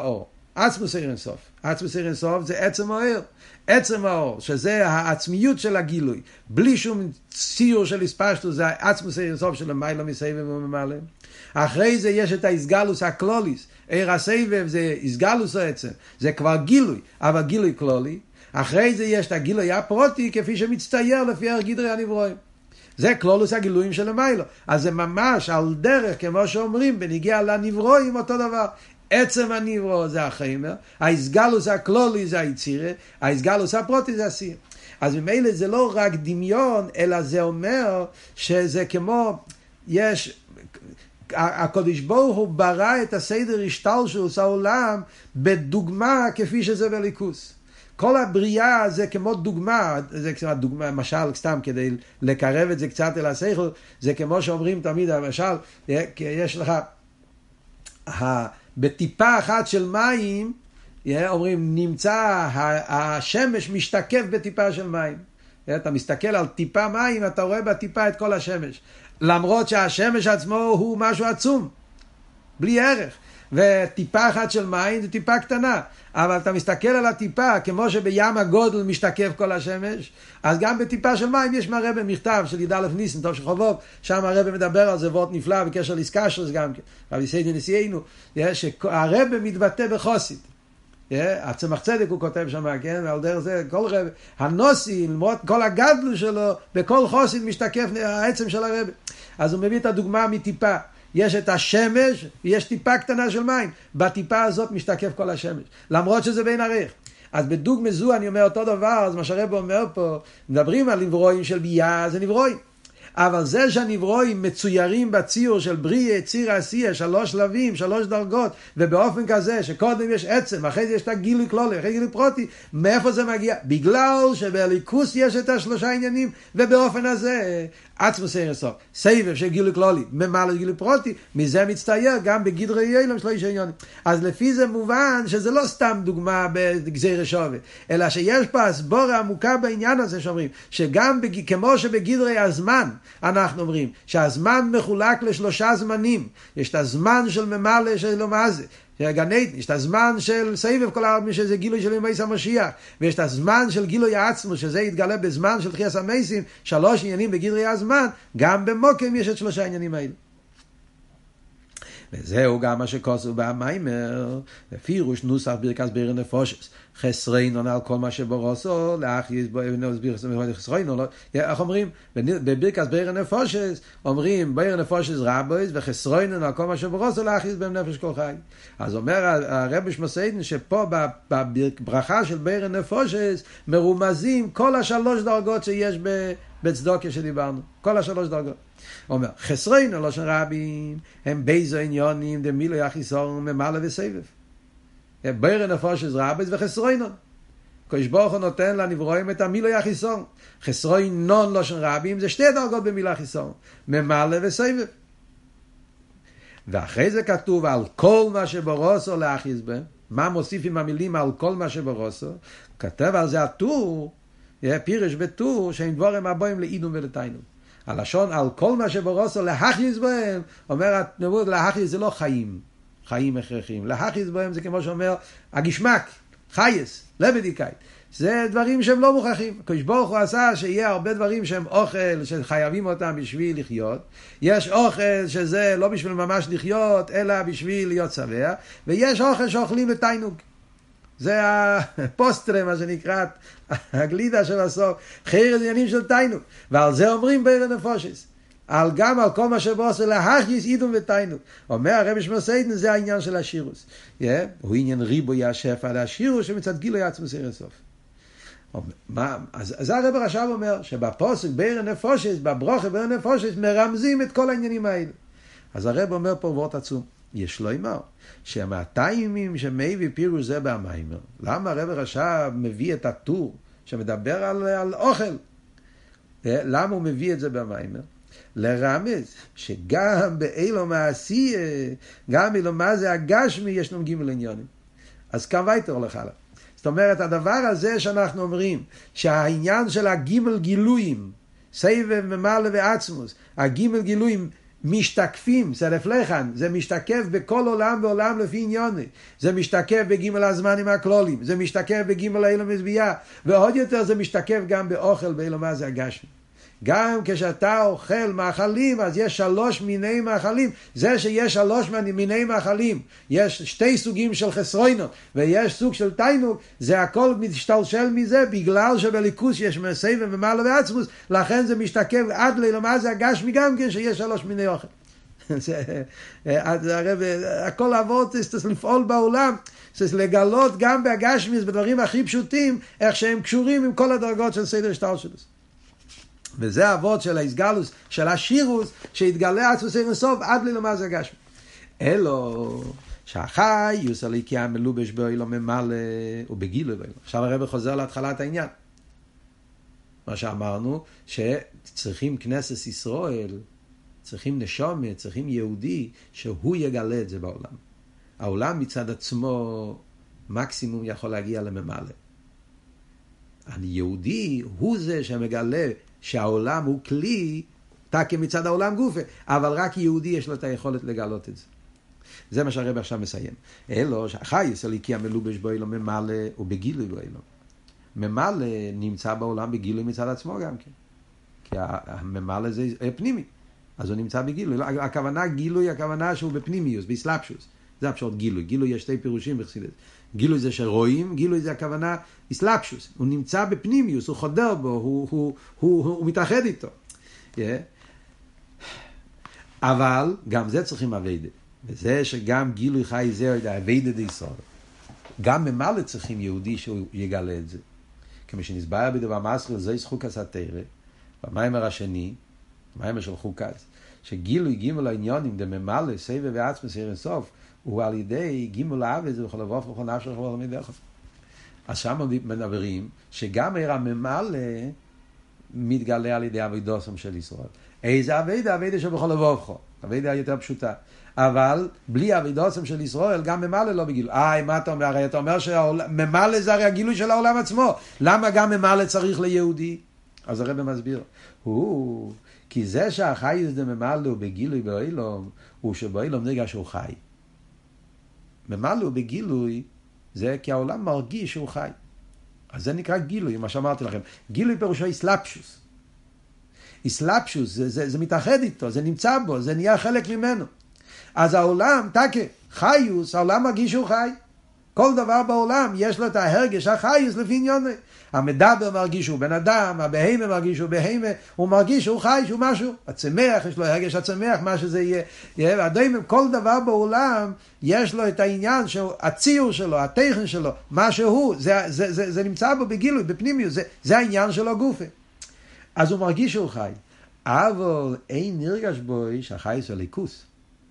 עצמוס עיר אינסוף. עצמוס עיר אינסוף זה עצם האור. עצם האור, שזה העצמיות של הגילוי. בלי שום ציור של הספשטות, זה עצמוס עיר אינסוף של המילה מסבב וממלא. אחרי זה יש את האסגלוס הקלוליס. עיר הסבב זה אסגלוס העצם. זה כבר גילוי, אבל גילוי כלולי. אחרי זה יש את הגילוי הפרוטי, כפי שמצטייר לפי גדרי הנברואים. זה כלולוס הגילויים של המיילו. אז זה ממש על דרך, כמו שאומרים, בניגיע לנברואים אותו דבר. עצם הנברוא זה החיימר, האסגלוס הכלולי זה היצירה, האסגלוס הפרוטי זה הסיר. אז ממילא זה לא רק דמיון, אלא זה אומר שזה כמו, יש, הקדוש ברוך הוא ברא את הסדר השתלשלות העולם בדוגמה כפי שזה בליכוס. כל הבריאה זה כמו דוגמה, זה כמו דוגמה, משל סתם כדי לקרב את זה קצת אל השכל, זה כמו שאומרים תמיד, למשל, יש לך, בטיפה אחת של מים, אומרים, נמצא, השמש משתקף בטיפה של מים. אתה מסתכל על טיפה מים, אתה רואה בטיפה את כל השמש. למרות שהשמש עצמו הוא משהו עצום, בלי ערך. וטיפה אחת של מים זה טיפה קטנה, אבל אתה מסתכל על הטיפה כמו שבים הגודל משתקף כל השמש, אז גם בטיפה של מים יש מהרבא במכתב של י"א ניסן טוב של חובוב, שם הרבא מדבר על זה וורט נפלא בקשר לאיסקשרוס גם כן, רבי סיידן נשיאנו, שהרבא מתבטא בחוסית, הצמח צדק הוא כותב שם, כן, ועל דרך זה כל רבא, הנוסי, למרות כל הגדלו שלו, בכל חוסית משתקף העצם של הרבא. אז הוא מביא את הדוגמה מטיפה, יש את השמש ויש טיפה קטנה של מים, בטיפה הזאת משתקף כל השמש, למרות שזה בין ערך. אז בדוגמה זו אני אומר אותו דבר, אז מה שהרב אומר פה, מדברים על נברואים של ביאה, זה נברואים. אבל זה שהנברואים מצוירים בציור של בריאה, ציר עשייה, 3 שלבים, 3 דרגות, ובאופן כזה שקודם יש עצם, אחרי זה יש את הגילוי כלולי, אחרי גילוי פרוטי, מאיפה זה מגיע? בגלל שבליכוס יש את 3 עניינים, ובאופן הזה עצמוס עיר אינסוף, סבב של גילוי כלולי, ממלא גילוי פרוטי, מזה מצטייר גם בגדרי ילם 3 עניינים. אז לפי זה מובן שזה לא סתם דוגמה בגזירה שווה, אלא שיש פה הסבורה עמוקה בעניין הזה שאומרים, שגם כמו שבגדרי הזמן, אנחנו אומרים שהזמן מחולק ל3 זמנים. יש את הזמן של ממלא של לא מה זה, גנית, יש את הזמן של סבב כל העולם שזה גילוי של ימי המשיח, ויש את הזמן של גילוי העצמו שזה יתגלה בזמן של תחיית המתים, 3 עניינים בגדרי הזמן, גם במוקם יש את 3 העניינים האלה. וזהו גם מה שכוסו במיימר, בפירוש נוסח ברכת ביר נפושס, חסרינון על כל מה שברוסו, להכניס חסרינון, איך אומרים? בברכת ביר נפושס, אומרים ביר נפושס רבויס, וחסרינון על כל מה שברוסו, להכניס בהם נפש כל חי. אז אומר הרב שמסיידן, שפה בברכה של ביר נפושס, מרומזים כל 3 דרגות שיש בצדוקה שדיברנו, כל 3 דרגות. אומר, חסרין או לשון רבים, הם בייזו עניונים, דמילוי החיסון, ממלא וסבב. ביר נפושס רבס וחסרינון. קדוש ברוך הוא נותן לנברואים את המילוי החיסון. חסרינון לשון רבים, זה 2 דרגות במילוי החיסון, ממלא וסבב. ואחרי זה כתוב על כל מה שברוסו להכניס בהם, מה מוסיף עם המילים על כל מה שברוסו, כתב על זה הטור, פירש בטור, שהם דבורים הבאים לאידום ולתיינום. הלשון על כל מה שברוסו להכניס בהם, אומר הנבואות להכניס זה לא חיים, חיים הכרחיים, להכניס בהם זה כמו שאומר הגשמק, חייס, לבדיקאית, זה דברים שהם לא מוכרחים. הקדוש ברוך הוא עשה שיהיה הרבה דברים שהם אוכל שחייבים אותם בשביל לחיות, יש אוכל שזה לא בשביל ממש לחיות אלא בשביל להיות שבע, ויש אוכל שאוכלים לתיינוג, זה הפוסטרה, מה שנקרא, הגלידה של הסוף, חייר עניינים של תיינוג, ועל זה אומרים ביר נפושס, גם על כל מה שבעושה להכניס אידום ותיינוג. אומר הרב שמסיידן, זה העניין של השירוס, הוא עניין ריבוי השפע להשירוס שמצד גילוי עצמוס עיר אינסוף. אז הרב עכשיו אומר שבפוסק ביר נפושס, בברוכה ביר נפושס, מרמזים את כל העניינים האלה. אז הרב אומר פה וורט עצום, יש לו אמר שהמאתיימים שמביא פירוש זה במיימר. למה הרב עכשיו מביא את הטור שמדבר על אוכל? למה הוא מביא את זה במיימר? לרמז שגם באילו מעשי, גם באילו מה זה הגשמי, יש לנו גימל עניונים. אז כאן וייטר הולך הלאה. זאת אומרת, הדבר הזה שאנחנו אומרים, שהעניין של הגימל גילויים, סבב ממלא ועצמוס, הגימל גילויים, משתקפים, זה לפלחן, זה משתקף בכל עולם ועולם לפי עניוני, זה משתקף בגימל הזמנים הכלולים, זה משתקף בגימל האילום מזביעה, ועוד יותר זה משתקף גם באוכל באילום הזה הגשמי. גם כשאתה אוכל מאכלים, אז יש 3 מיני מאכלים. זה שיש 3 מיני מאכלים, יש 2 סוגים של חסרוינות, ויש סוג של תיינוק, זה הכל משתלשל מזה, בגלל שבליכוס יש מסייב ומעלה ועצמוס, לכן זה משתקף עד למה זה הגשמי גם כן, שיש 3 מיני אוכל. הכל עבוד, זה לפעול בעולם, זה לגלות גם בהגשמי, בדברים הכי פשוטים, איך שהם קשורים עם כל הדרגות של סדר שטר שלו. וזה העבוד של ההסגלוס, של השירוס, שהתגלה עצמוס אין סוף עד ללמה זה הגשמי. אלו שהחי יוס הליקי המלובש בו אילו ממלא ובגילו בו. עכשיו הרב חוזר להתחלת העניין. מה שאמרנו, שצריכים כנסת ישראל, צריכים נשומת, צריכים יהודי, שהוא יגלה את זה בעולם. העולם מצד עצמו מקסימום יכול להגיע לממלא. היהודי הוא זה שמגלה שהעולם הוא כלי, תקה מצד העולם גופה, אבל רק יהודי יש לו את היכולת לגלות את זה. זה מה שהרב עכשיו מסיים. אלו, שהחייס הליקי המלובש בו אילו ממלא ובגילוי בו אילו. ממלא נמצא בעולם בגילוי מצד עצמו גם כן. כי הממלא זה פנימי. אז הוא נמצא בגילוי. הכוונה גילוי, הכוונה שהוא בפנימיוס, באסלאפשוס. זה הפשוט גילוי. גילוי יש 2 פירושים בחסידות. גילוי זה שרואים, גילוי זה הכוונה אסלאפשוס. הוא נמצא בפנימיוס, הוא חודר בו, הוא מתאחד איתו. אבל גם זה צריכים עבודה. וזה שגם גילוי חי זה עבודה דיסור. גם ממלא צריכים יהודי שהוא יגלה את זה. כמו שנסבר בדבר מסחר, זה חוקס התורה. במאמר השני, במאמר של חוקס, שגילוי גימל העניונים דממלא סבב ועצמוס אין סוף, הוא על ידי גימל האבד זה בכל לבוב וכל נפש וכל מידך. אז שם מדברים שגם הממלא מתגלה על ידי עבודתם של ישראל. איזה עבודה? עבודה שבכל לבוב, עבודה יותר פשוטה. אבל בלי עבודתם של ישראל גם ממלא לא בגילוי. מה אתה אומר? הרי אתה אומר שממלא זה הרי הגילוי של העולם עצמו. למה גם ממלא צריך ליהודי? אז הרב מסביר. כי זה שהחי זה ממלא הוא בגילוי באילום, הוא שבאילום נרגע שהוא חי. ממלא הוא בגילוי, זה כי העולם מרגיש שהוא חי. אז זה נקרא גילוי, מה שאמרתי לכם. גילוי פירושו אסלאפשוס. אסלאפשוס, זה מתאחד איתו, זה נמצא בו, זה נהיה חלק ממנו. אז העולם, תקה, חיוס, העולם מרגיש שהוא חי. כל דבר בעולם יש לו את ההרגש החיוס לפי עניוני. המדבר מרגיש שהוא בן אדם, הבהמה מרגיש שהוא בהמה, הוא מרגיש שהוא חי, שהוא משהו. הצמח, יש לו הרגש הצמח, מה שזה יהיה. כל דבר בעולם יש לו את העניין, הציור שלו, הטכן שלו, מה שהוא, זה נמצא בו בגילוי, בפנימיות, זה העניין שלו גופה. אז הוא מרגיש שהוא חי. אבל אין נרגש בו שהחי זה ליכוס.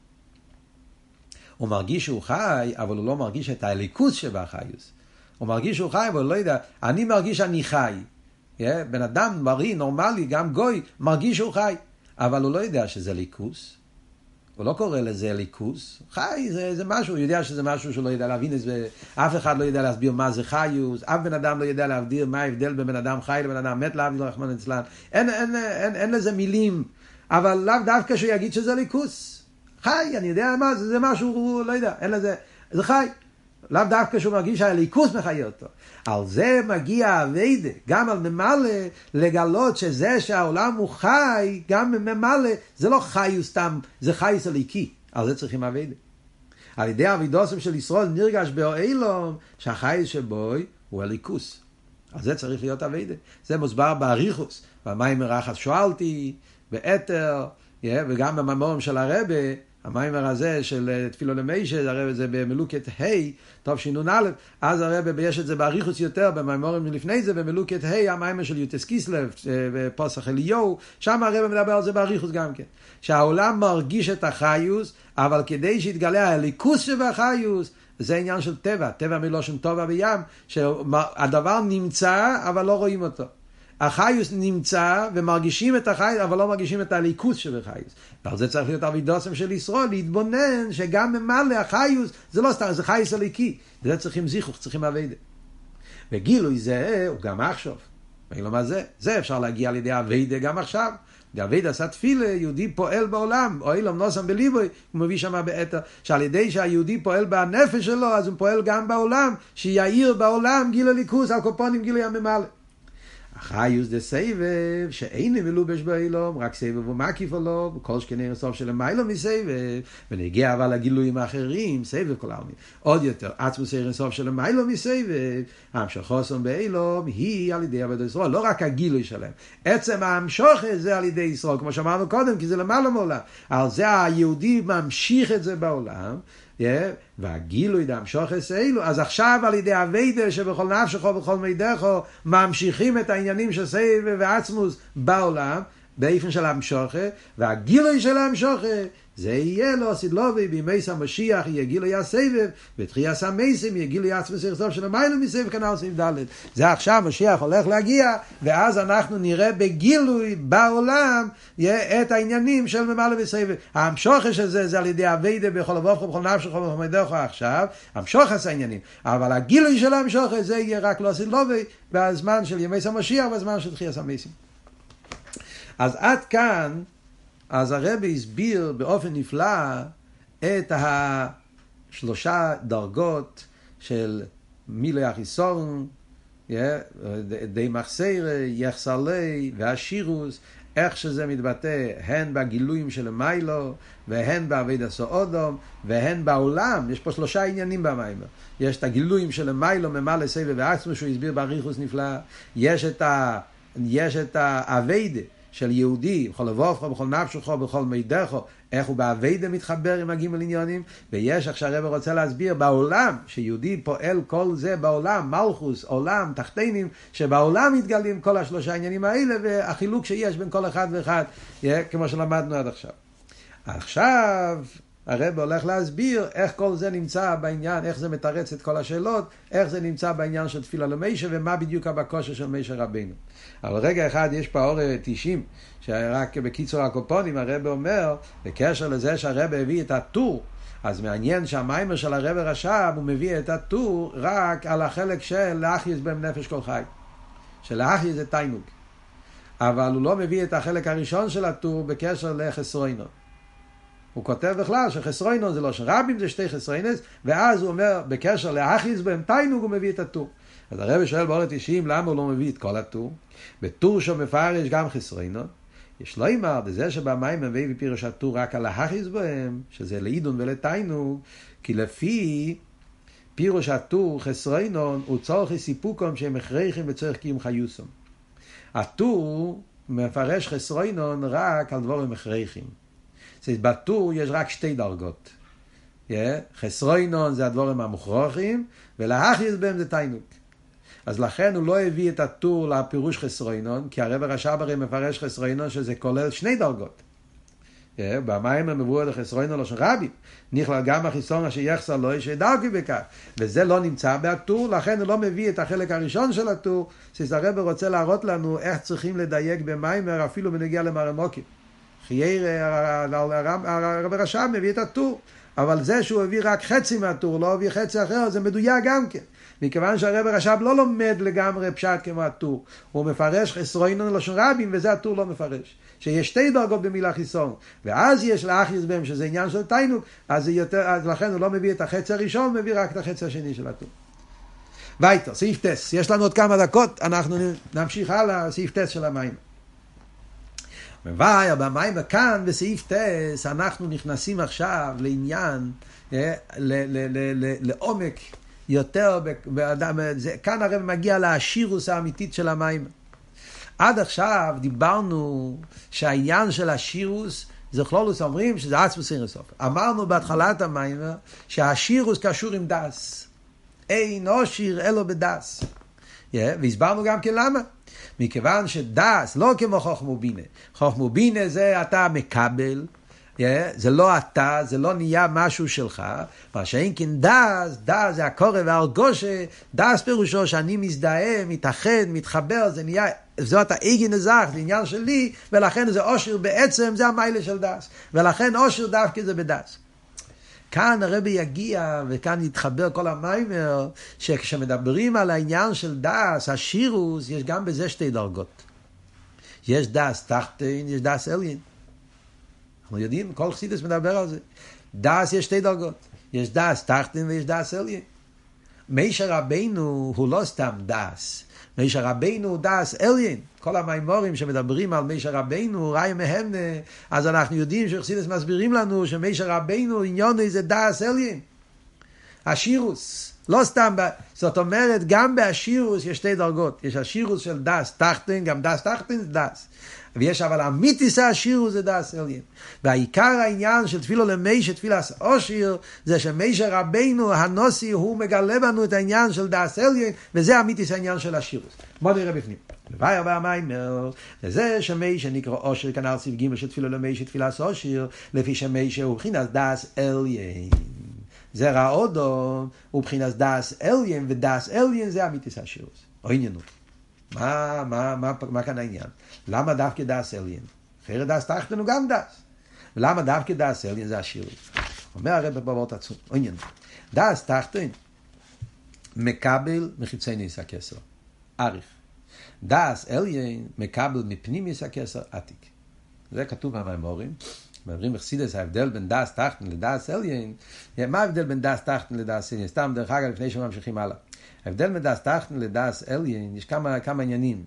הוא מרגיש שהוא חי, אבל הוא לא מרגיש את הליכוס שבחיוס. הוא מרגיש שהוא חי, אבל הוא לא יודע. אני מרגיש שאני חי. בן אדם בריא, נורמלי, גם גוי, מרגיש שהוא חי. אבל הוא לא יודע שזה ליכוס. הוא לא קורא לזה ליכוס. חי זה משהו, הוא יודע שזה משהו שהוא לא יודע להבין את זה. אף אחד לא יודע להסביר מה זה חיוס. אף בן אדם לא יודע להבדיר מה ההבדל בין בן אדם חי לבן אדם מת, להבדיל רחמנא ליצלן. אין לזה מילים. אבל לאו דווקא שהוא יגיד שזה ליכוס. חי, אני יודע מה, זה משהו, לא יודע, אין לזה, זה חי. לאו דווקא שהוא מרגיש שהליכוס מחיה אותו. על זה מגיע העבודה, גם על ממלא, לגלות שזה שהעולם הוא חי, גם ממלא, זה לא חי סתם, זה חי סליקי. על זה צריכים עבודה. על ידי עבודתם של ישראל נרגש באילום, שהחי שבו הוא הליכוס. על זה צריך להיות עבודה. זה מוסבר באריכוס, במים רחת שואלתי, באתר, וגם במאמרים של הרבי, המיימר הזה של תפילו למיישה, הרבי זה במלוקת ה' טוב שינון א', אז הרבי יש את זה באריכוס יותר, במיימורים לפני זה, במלוקת ה' המיימר של יוטס קיסלב, בפוסח אליהו, שם הרבי מדבר על זה באריכוס גם כן. שהעולם מרגיש את החיוס, אבל כדי שיתגלה הליכוס שבחיוס, זה עניין של טבע, טבע מלושן טובה בים, שהדבר נמצא, אבל לא רואים אותו. החיוס נמצא ומרגישים את החיוס, אבל לא מרגישים את הליכוס שבחיוס. ועל זה צריך להיות עבודתם של ישראל, להתבונן שגם ממלא החיוס, זה לא סתם, זה חיוס הליקי. וזה צריכים זיכוך, צריכים עבודה. וגילוי זה הוא גם עכשיו. ואילו מה זה? זה אפשר להגיע על ידי הווידה גם עכשיו. דוד עשה תפילה, יהודי פועל בעולם, או אילום נוסם בליבוי, הוא מביא שם בעתר, שעל ידי שהיהודי פועל בנפש שלו, אז הוא פועל גם בעולם, שיעיר בעולם גיל הליכוס, על קופונים גיל הממלא. החיוס דה סבב, שאין מלובש באילום, רק סבב ומקיף עלו, וכל שכני סוף של המיילו מסבב, ונגיע אבל לגילויים האחרים, סבב כל העלמין. עוד יותר, עצמוס סוף של המיילו מסבב, המשכוסם באילום, היא על ידי עבודת ישראל, לא רק הגילוי שלהם. עצם המשוך זה על ידי ישראל, כמו שאמרנו קודם, כי זה למעלה מעולם. על זה היהודי ממשיך את זה בעולם, והגילוי דמשוך אסאילו, אז עכשיו על ידי הווידה שבכל נפשך ובכל מידך ממשיכים את העניינים של סבב ועצמוס בעולם באופן של המשוך, והגילוי של המשוך זה יהיה לו סדלובי בימי המשיח, יהיה גילוי הסבב, בתחייה סמייסים יהיה גילוי עצמוס יחסוף של המיילו מסבב כנ"ל סעיף ד'. זה עכשיו משיח הולך להגיע, ואז אנחנו נראה בגילוי בעולם את העניינים של ממלא וסבב. המשוך של זה על ידי הווידה בכל לבבך ובכל נפשך ובכל מידך עכשיו, המשוך עשה העניינים, אבל הגילוי של המשוך זה יהיה רק לא סדלובי בזמן של ימי המשיח ובזמן של תחייה סמייסים. אז עד כאן אז הרבי הסביר באופן נפלא את השלושה דרגות של מילוי החיסון, די מחסר, יחסר לי והשירוס, איך שזה מתבטא הן בגילויים של המיילו, והן בעבודת סעודום, והן בעולם. יש פה שלושה עניינים במיימר. יש את הגילויים של המיילו, ממלא סבב ועצמו, שהוא הסביר באריכוס נפלא. יש את העבודה של יהודי, בכל לבבך, בכל נפשך, בכל מידך, איך הוא בעבודה מתחבר עם הגימל עניונים, ויש עכשיו הרב רוצה להסביר בעולם, שיהודי פועל כל זה בעולם, מלכוס, עולם, תחתינים, שבעולם מתגלים כל השלושה העניינים האלה, והחילוק שיש בין כל אחד ואחד, כמו שלמדנו עד עכשיו. עכשיו הרב הולך להסביר איך כל זה נמצא בעניין, איך זה מתרץ את כל השאלות, איך זה נמצא בעניין של תפילה למשה, ומה בדיוק הבקשה של משה רבינו. אבל רגע אחד יש פה אור 90, שרק בקיצור הקופונים הרב אומר, בקשר לזה שהרב הביא את הטור, אז מעניין שהמיימר של הרב רש"ב, הוא מביא את הטור רק על החלק של להחייס בהם נפש כל חי, שלהחייס זה תיינוג, אבל הוא לא מביא את החלק הראשון של הטור בקשר לחסרוינו. הוא כותב בכלל שחסרוינו זה לא שרבים, זה שתי חסרוינס, ואז הוא אומר בקשר להחייס בהם תיינוג הוא מביא את הטור. אז הרב שואל באור 90 למה הוא לא מביא את כל הטור? בטור שמפרש גם חסרוינו, יש לא אמר בזה שבמים מביא בפירוש הטור רק על ההחייס בהם, שזה לעידון ולתיינוג, כי לפי פירוש הטור חסרוינו הוא צורך סיפוקם שהם הכרחים וצורך קיום חיוסם. הטור מפרש חסרוינו רק על דברים הכרחים. בטור יש רק שתי דרגות. חסרוינו זה הדברים המוכרחים, ולהחייס בהם זה תיינוג. אז לכן הוא לא הביא את הטור לפירוש חסרוינון, כי הרב רש"ב הרי מפרש חסרוינון שזה כולל שני דרגות. במים המבואר לחסרוינון לא של רבים, נכלל גם החיסון אשר יחסר לו שידרכי בכך, וזה לא נמצא בטור, לכן הוא לא מביא את החלק הראשון של הטור, שהרב רוצה להראות לנו איך צריכים לדייק במים, אפילו בנגיע למרמוקים. חייר הרב רש"ב מביא את הטור, אבל זה שהוא הביא רק חצי מהטור, לא הביא חצי אחר, זה מדויק גם כן. מכיוון שהרב רש"ב לא לומד לגמרי פשט כמו הטור, הוא מפרש חסרוינון לשון רבים, וזה הטור לא מפרש. שיש שתי דרגות במילה חיסון, ואז יש להחייס בהם שזה עניין של תיינוג, אז לכן הוא לא מביא את החצי הראשון, מביא רק את החצי השני של הטור. וייטר, סעיף טס, יש לנו עוד כמה דקות, אנחנו נמשיך הלאה, סעיף טס של המים. מבאי, במים כאן בסעיף טס, אנחנו נכנסים עכשיו לעניין, לעומק, יותר באדם, כאן הרי מגיע להשירוס האמיתית של המים. עד עכשיו דיברנו שהעניין של השירוס זה כלולוס, אומרים שזה עצמוס אינסוף. אמרנו בהתחלת המים שהשירוס קשור עם דס, אין אושיר אלו בדס, והסברנו גם כן למה. מכיוון שדס לא כמו חוכמה ובינה, חוכמה ובינה זה אתה מקבל, זה לא אתה, זה לא נהיה משהו שלך, מה שאין כן דס, דס זה הקורא והרגושה, דס פירושו שאני מזדהה, מתאחד, מתחבר, זה נהיה, זאת האיגן הזך, זה עניין שלי, ולכן זה אושר בעצם, זה המיילה של דס, ולכן אושר דווקא זה בדס. כאן הרבי יגיע, וכאן יתחבר כל המיימר, שכשמדברים על העניין של דאס, השירוס, יש גם בזה שתי דרגות. יש דאס תחתין, יש דאס עליין. אנחנו יודעים, כל חסידות מדבר על זה. דאס יש שתי דרגות. יש דאס תחתין ויש דאס עליין. משה רבינו הוא לא סתם דאס. משה רבינו הוא דאס עליין. כל המיימורים שמדברים על משה רבינו, ראי מהם, אז אנחנו יודעים שחסידות מסבירים לנו שמשה רבינו עניון איזה דאס עליין. השירוס. לא סתם, זאת אומרת, גם בהשירוס יש שתי דרגות. יש השירוס של דאס תחתין, גם דאס תחתין זה דאס. ויש אבל אמיתיס השירוס זה דאס עליין. והעיקר העניין של תפילו למשה, תפילת עושר, זה שמשה רבינו, הנוסי, הוא מגלה בנו את העניין של דאס עליין, וזה אמיתיס העניין של השירוס. בוא נראה בפנים. לבייר והמיימר, זה שמשה נקרא עושר, כנ"ל סעיף ג' של תפילו למשה, תפילת עושר, לפי שמשה הוא מבחינת דאס עליין. זה רעודו, ובחינס דאס עליין, ודאס עליין זה אמיתיס השירוס. או עניינות. מה כאן העניין? למה דווקא דאס עליין? אחרת דאס תחתין הוא גם דאס. ולמה דווקא דאס עליין זה השירוס? אומר הרב בבאות עצום. או עניינות. דאס תחתין מקבל מחיצי ניס הכסר. עריך. דאס עליין מקבל מפנימיס הכסר עתיק. זה כתוב במיימורים. מדברים בחסידות ההבדל בין דאס תחתין לדאס עליין. מה ההבדל בין דאס תחתין לדאס עליין? סתם דרך אגב לפני שממשיכים הלאה. ההבדל בין דאס תחתין לדאס עליין, יש כמה עניינים.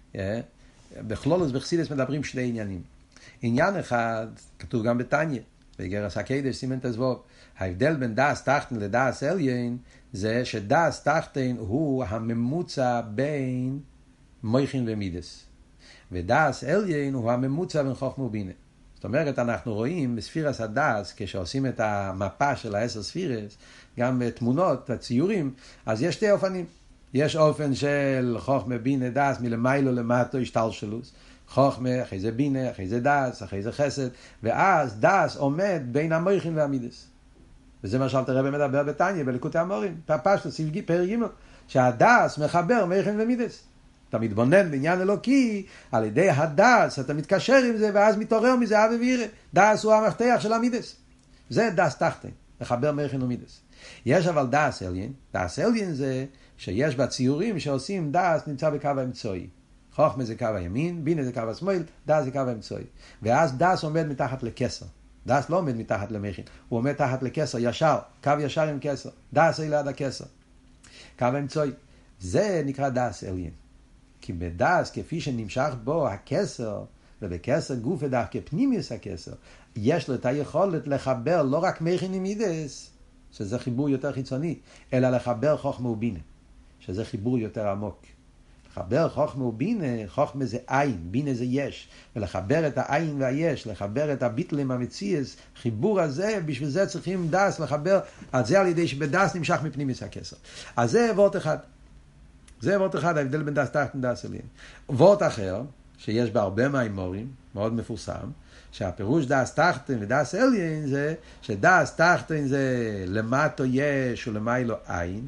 בכלולוס בחסידות מדברים שני עניינים. עניין אחד, כתוב גם בתניא, באיגרס הקדש סימן תזבוב. ההבדל בין דאס תחתין לדאס עליין, זה שדאס תחתין הוא הממוצע בין מויכין ומידס. ודאס עליין הוא הממוצע בין חוכמה ובינה. זאת אומרת, אנחנו רואים בספירס הדאס, כשעושים את המפה של 10 ספירס, גם תמונות, הציורים, אז יש שתי אופנים. יש אופן של חוכמה, בינה, דאס, מלמיילו למטו, השתלשלוס. חוכמה, אחרי זה בינה, אחרי זה דאס, אחרי זה חסד, ואז דאס עומד בין המויכין והמידס. וזה מה שאלתר רבי מדבר בתניא, בליקוטי המורים, פשטוס, פרק ג', שהדאס מחבר מויכין ומידס. אתה מתבונן בעניין אלוקי, על ידי הדאס, אתה מתקשר עם זה, ואז מתעורר מזה אבא וירא. דאס הוא המפתח של המידס. זה דאס תחתין, לחבר מויכין ומידס. יש אבל דאס עליין. דאס עליין זה שיש בציורים שעושים דאס נמצא בקו האמצעי. חוכמה זה קו הימין, בינה זה קו השמאל, דאס זה קו האמצעי. ואז דאס עומד מתחת לקסר. דאס לא עומד מתחת למויכין, הוא עומד תחת לקסר ישר, קו ישר עם קסר. דאס ליד הקסר. קו האמצעי. זה נקרא דאס עליין. כי בדאס, כפי שנמשך בו הקסר, ובקסר גוף ודווקא פנימיוס הקסר, יש לו את היכולת לחבר לא רק מויכין ומידס, שזה חיבור יותר חיצוני, אלא לחבר חוכמה ובינה, שזה חיבור יותר עמוק. לחבר חוכמה ובינה, חוכמה זה עין, בינה זה יש, ולחבר את העין והיש, לחבר את הביטלים המציאס, חיבור הזה, בשביל זה צריכים דאס לחבר, על זה על ידי שבדאס נמשך מפנימיוס הקסר. אז זה וורט אחד. זה וורט אחד, ההבדל בין דאס תחתין לדאס עליין. וורט אחר, שיש בה הרבה מהאמורים, מאוד מפורסם, שהפירוש דאס תחתין ודאס עליין זה שדאס תחתין זה למטו יש ולמיילו עין,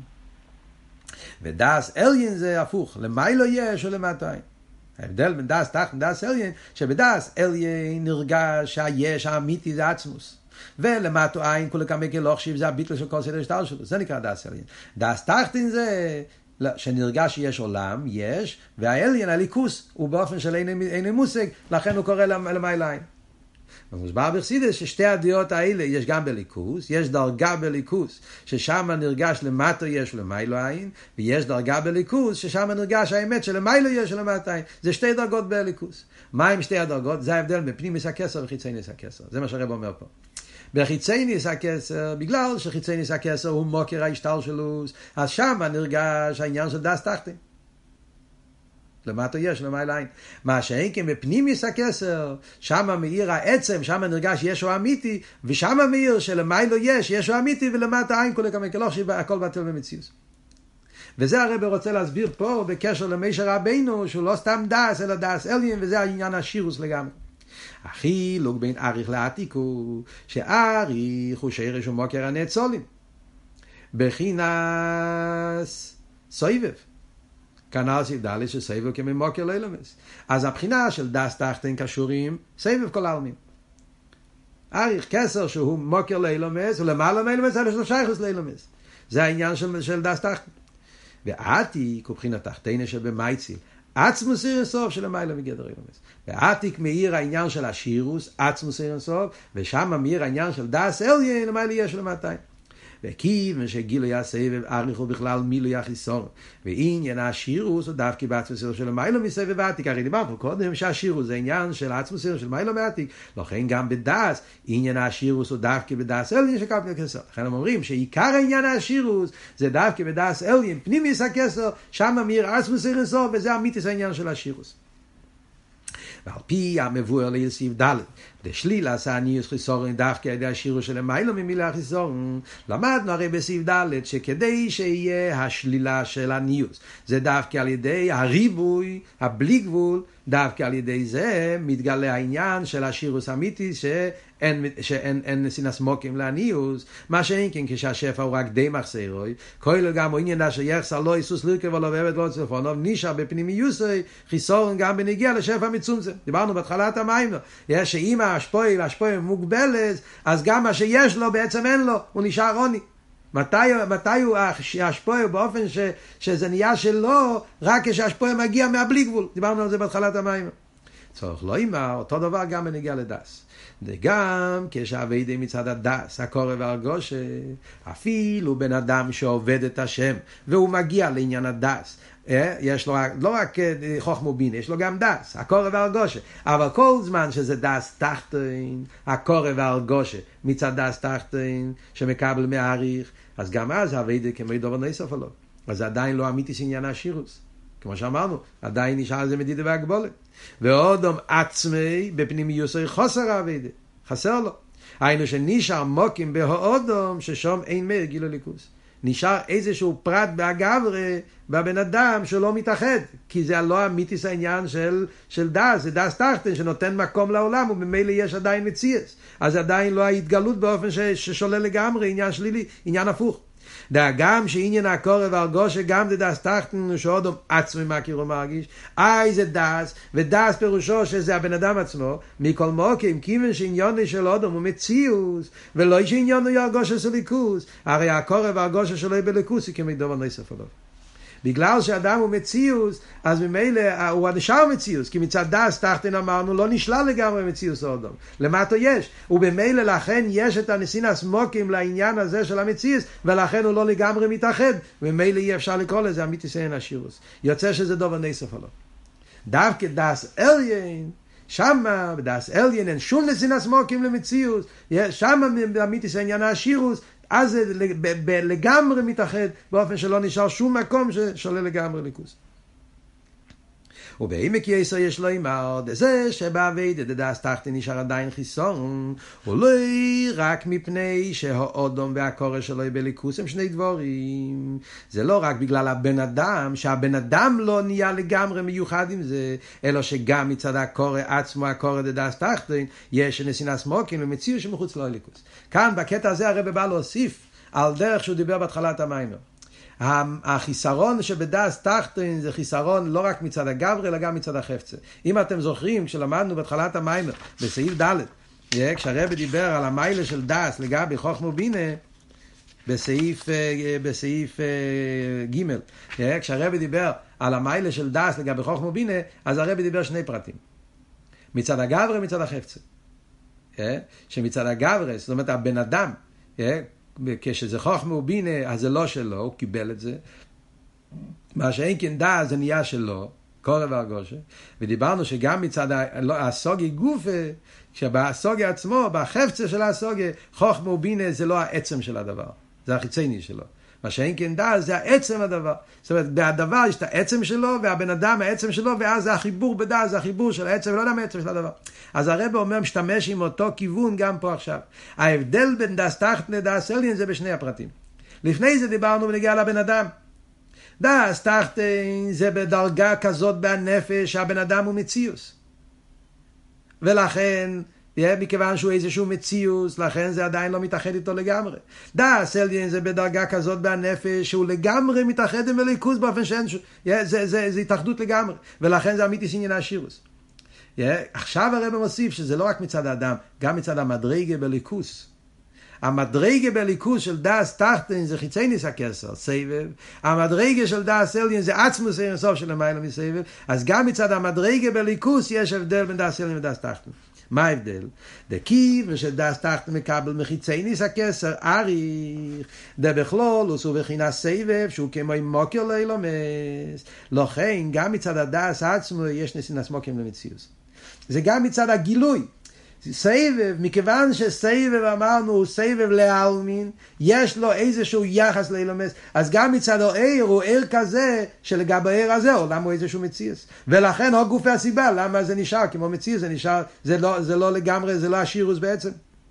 ודאס עליין זה הפוך, למיילו יש ולמטו עין. ההבדל בין דאס תחתין ודאס עליין, שבדאס עליין נרגש היש האמיתי זה עצמוס. ולמטו עין כולה כמקל לא חשיב זה הביטל של כל סדר שטר שלו. זה נקרא דאס עליין. דאס תחתין זה שנרגש שיש עולם, יש, והעליין, הליכוס, הוא באופן של אין מושג, לכן הוא קורא למעלה עין. ומוסבר בחסידות ששתי הדעות האלה יש גם בליכוס, יש דרגה בליכוס ששם נרגש למטה יש ולמעלה עין, ויש דרגה בליכוס ששם נרגש האמת שלמעלה יש ולמטה עין. זה שתי דרגות בליכוס. מה עם שתי הדרגות? זה ההבדל בין פנימיוס הקסר וחיצוניוס הקסר. זה מה שהרב אומר פה. בחיצוניוס הקסר, בגלל שחיצוניוס הקסר הוא מוקר ההשתלשלות, אז שם נרגש העניין של דאס תחתין. למטה יש, למעלה עין. מה שאין כן בפנימיוס הקסר, שם מאיר העצם, שם נרגש ישו אמיתי, ושם מאיר שלמעלה יש ישו אמיתי, ולמטה עין כולה כמקלוך שהכל בטל במציאות. וזה הרב רוצה להסביר פה בקשר למשה רבינו, שהוא לא סתם דאס, אלא דאס עליין, וזה העניין השירוס לגמרי. החילוק בין אריך לעתיק הוא שאריך הוא שרש ומוקר הנאצולים בחינס סויבב כנ"ל סעיף ד' שסויבב כממוקר לא ילמס. אז הבחינה של דאס תחתין קשורים סויבב כל העלמין. אריך כסר שהוא מוקר לאילומס, ולמעלה מאילומס, אלא שלו שייכוס לאילומס. זה העניין של דס תחתן. ועתיק, ובחינת תחתינה שבמייציל, עצמוס אירסוף של המיילה מגדר אילומס. ועתיק מאיר העניין של השירוס, עצמוס אירסוף, ושם מאיר העניין של דס אליין, למיילה יש למאתיים. וכיוון שגילו יסבב אריך הוא בכלל מילו יחיסון, ועניין השירוס הוא דווקא בעצמוס של המיילה מסבב ועתיק. הרי דיברנו קודם שהשירוס זה עניין של עצמוס של המיילה מעתיק, לכן גם בדס עניין השירוס הוא דווקא בדס אליין שקפל הכסר. לכן הם אומרים שעיקר עניין השירוס זה דווקא בדס אליין פנימיס הכסר, שם מאיר עצמוס אירסוף, וזה אמיתיס העניין של השירוס. ועל פי המבואר ליסיף ד' דשלילה סעניוס חיסורן דווקא על ידי השירוס של המיילו ממילה החיסורן, למדנו הרי בסעיף ד' שכדי שיהיה השלילה של הניוס זה דווקא על ידי הריבוי, הבלי גבול, דווקא על ידי זה מתגלה העניין של השירוס אמיתי שאין סינס מוקים להניוס, מה שאין כן כשהשפע הוא רק די מחסרוי, כולל גם עניין שיחסר לא איסוס לרכב ולא באמת לא צלפונוב, נשאר בפנימיוסי חיסורן גם בנגיע לשפע מצומצם. דיברנו בהתחלת המים, יש שאם ההשפועה מוגבלת, אז גם מה שיש לו בעצם אין לו, הוא נשאר עוני. מתי הוא ההשפועה באופן שזה נהיה שלו, רק כשההשפועה מגיע מהבלי גבול. דיברנו על זה בהתחלת המים. צורך לא אימר, אותו דבר גם בנגיע לדס. וגם כשהעבודה מצד הדס, הקורא והרגושה, אפילו בן אדם שעובד את השם, והוא מגיע לעניין הדס, יש לו לא רק חוכמה ובינה, יש לו גם דס, הקורא והרגושה. אבל כל זמן שזה דס תחתין, הקורא והרגושה, מצד דס תחתין, שמקבל מעריך, אז גם אז העבודה כמו דבר נסוף עליו. אז זה עדיין לא אמיתי עניין השירוס. כמו שאמרנו, עדיין נשאר זה מדידה והגבולת. ואודם עצמי בפנימיוסי חוסר העבודה, חסר לו. היינו שנשאר מוקים בהאודם ששום אין מאיר גילו ליכוס. נשאר איזשהו פרט בהגברה בבן אדם שלא מתאחד, כי זה לא אמיתיס העניין של דס, זה דס תחתן שנותן מקום לעולם, ובמילא יש עדיין מציאס. אז עדיין לא ההתגלות באופן ששולל לגמרי, עניין שלילי, עניין הפוך. גם שעניין הקורא והרגושה גם זה דס תחתן שעודום עצמי מכיר ומרגיש, זה דס, ודס פירושו שזה הבן אדם עצמו, מכל מוקים, כיוון שעניון של אודום הוא מציאוס, ולא שעניון הוא הרגושה של ליכוס, הרי הקורא והרגושה שלו היא בליכוס, היא כמקדום הנוסף עליו. בגלל שאדם הוא מציאוס, אז ממילא הוא נשאר מציאוס, כי מצד דס תחתן אמרנו לא נשלל לגמרי מציאוס האדם. למטה יש, ובמילא לכן יש את הנסינס מוקים לעניין הזה של המציאוס, ולכן הוא לא לגמרי מתאחד, וממילא אי אפשר לקרוא לזה אמיתיס אין השירוס. יוצא שזה דובר נסף עליו. דווקא דס אליין, שמה בדס אליין אין שום נסינס מוקים למציאוס, שמה אמיתיס עניין השירוס, אז זה לגמרי מתאחד, באופן שלא נשאר שום מקום ששולל לגמרי ליכוס. ובעמק יסר יש לו אמר, זה שבעבודה דדס תחתן נשאר עדיין חיסון, ולא רק מפני שהאודום והקורא שלו בליכוס הם שני דבורים. זה לא רק בגלל הבן אדם, שהבן אדם לא נהיה לגמרי מיוחד עם זה, אלא שגם מצד הקורא עצמו, הקורא דדס תחתן, יש נסינס מוקים ומציר שמחוץ לו ליכוס. כאן בקטע הזה הרב בא להוסיף על דרך שהוא דיבר בהתחלת המיימר. החיסרון שבדס תחתן זה חיסרון לא רק מצד הגבר אלא גם מצד החפצה. אם אתם זוכרים כשלמדנו בהתחלת המיימר בסעיף ד' כשהרב דיבר על המיילה של דס לגבי חוכמה ובינה בסעיף ג' כשהרב דיבר על המיילה של דס לגבי חוכמה ובינה, אז הרב דיבר שני פרטים, מצד הגבר ומצד החפצה. שמצד הגבר, זאת אומרת הבן אדם, כשזה חוכמה ובינה, אז זה לא שלו, הוא קיבל את זה. מה שאין כן דעת, זה נהיה שלו, קורא והרגושה. ודיברנו שגם מצד הסוגי גופה, שבסוגי עצמו, בחפצה של הסוגי, חוכמה ובינה זה לא העצם של הדבר, זה החיצייני שלו. מה שאין כן דעת, זה העצם הדבר. זאת אומרת, בהדבר יש את העצם שלו, והבן אדם העצם שלו, ואז זה החיבור בדעת, זה החיבור של העצם, ולא יודע העצם של הדבר. אז הרב אומר, משתמש עם אותו כיוון גם פה עכשיו. ההבדל בין דס תחתן לדס עליין זה בשני הפרטים. לפני זה דיברנו ונגיע לבן אדם. דס תחתן זה בדרגה כזאת בנפש, שהבן אדם הוא מציאוס. ולכן, מכיוון שהוא איזשהו מציאוס, לכן זה עדיין לא מתאחד איתו לגמרי. דס עליין זה בדרגה כזאת בנפש, שהוא לגמרי מתאחד עם הליכוז באופן שאין, זה התאחדות לגמרי. ולכן זה אמיתיס עניין השירוס. עכשיו הרב מוסיף שזה לא רק מצד האדם, גם מצד המדרגה בליכוס. המדרגה בליכוס של דאס תחתן זה חיצייניס הכסר, סבב. המדרגה של דאס עליון זה עצמוס אינסוף של למעלה מסבב. אז גם מצד המדרגה בליכוס יש הבדל בין דאס עליון ודאס תחתן. מה ההבדל? דכיוון שדאס תחתן מקבל מחיצייניס הכסר, אריך. דבכלול הוא בחינת סבב שהוא כמו מוקר לאילומס. לכן גם מצד הדאס עצמו יש נסינס מוקים למציאוס. זה גם מצד הגילוי. סבב, מכיוון שסבב אמרנו הוא סבב לעלמין, יש לו איזשהו יחס לאילומס, אז גם מצד העיר הוא עיר כזה שלגבי העיר הזה עולם הוא איזשהו מציאס, ולכן הוא גופי הסיבה למה זה נשאר כמו מציאס, זה נשאר, זה לא לגמרי, זה לא השירוס בעצם.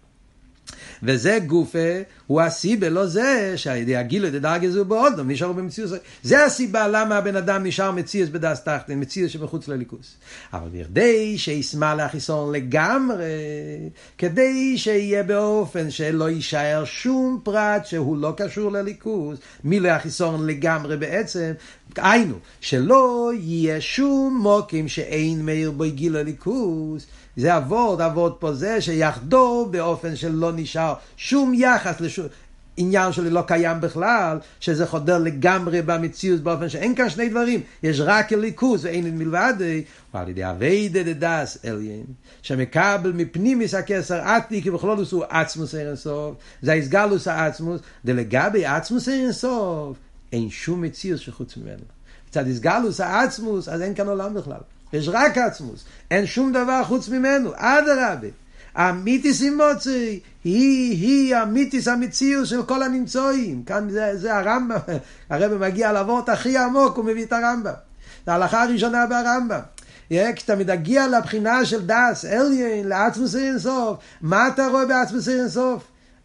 וזה גופה, הוא הסיבה, לא זה שהידי הגילו דדרגה זו באודום, נשארו במציאות. זה הסיבה למה הבן אדם נשאר מציאות בדס תחתן, מציאות שבחוץ לליכוס. אבל בכדי שישמע לחיסון לגמרי, כדי שיהיה באופן שלא יישאר שום פרט שהוא לא קשור לליכוס, מי לחיסון לגמרי בעצם, היינו, שלא יהיה שום מוקים שאין מאיר בו גיל לליכוס, זה עבוד פה זה שיחדור באופן שלא נשאר שום יחס עניין שלי לא קיים בכלל, שזה חודר לגמרי במציאות באופן שאין כאן שני דברים, יש רק הליכוס ואין מלבד, ועל ידי הווידה דדס אליין, שמקבל מפנימיס הכסר עתיק ובכלולוס הוא עצמוס אין סוף, זה הסגלוס העצמוס, דלגבי עצמוס אין סוף, אין שום מציאות שחוץ ממנו. מצד הסגלוס העצמוס, אז אין כאן עולם בכלל. יש רק עצמוס, אין שום דבר חוץ ממנו, אדרבה. המיתיס אימוצי, היא המיתיס המציאות של כל הנמצואים. כאן זה הרמב"ם, הרב מגיע לעבוד הכי עמוק, הוא מביא את הרמב"ם. זה ההלכה הראשונה ברמב"ם. כשאתה מגיע לבחינה של דס, אליין, לעצמוס אין סוף, מה אתה רואה בעצמוס אין סוף?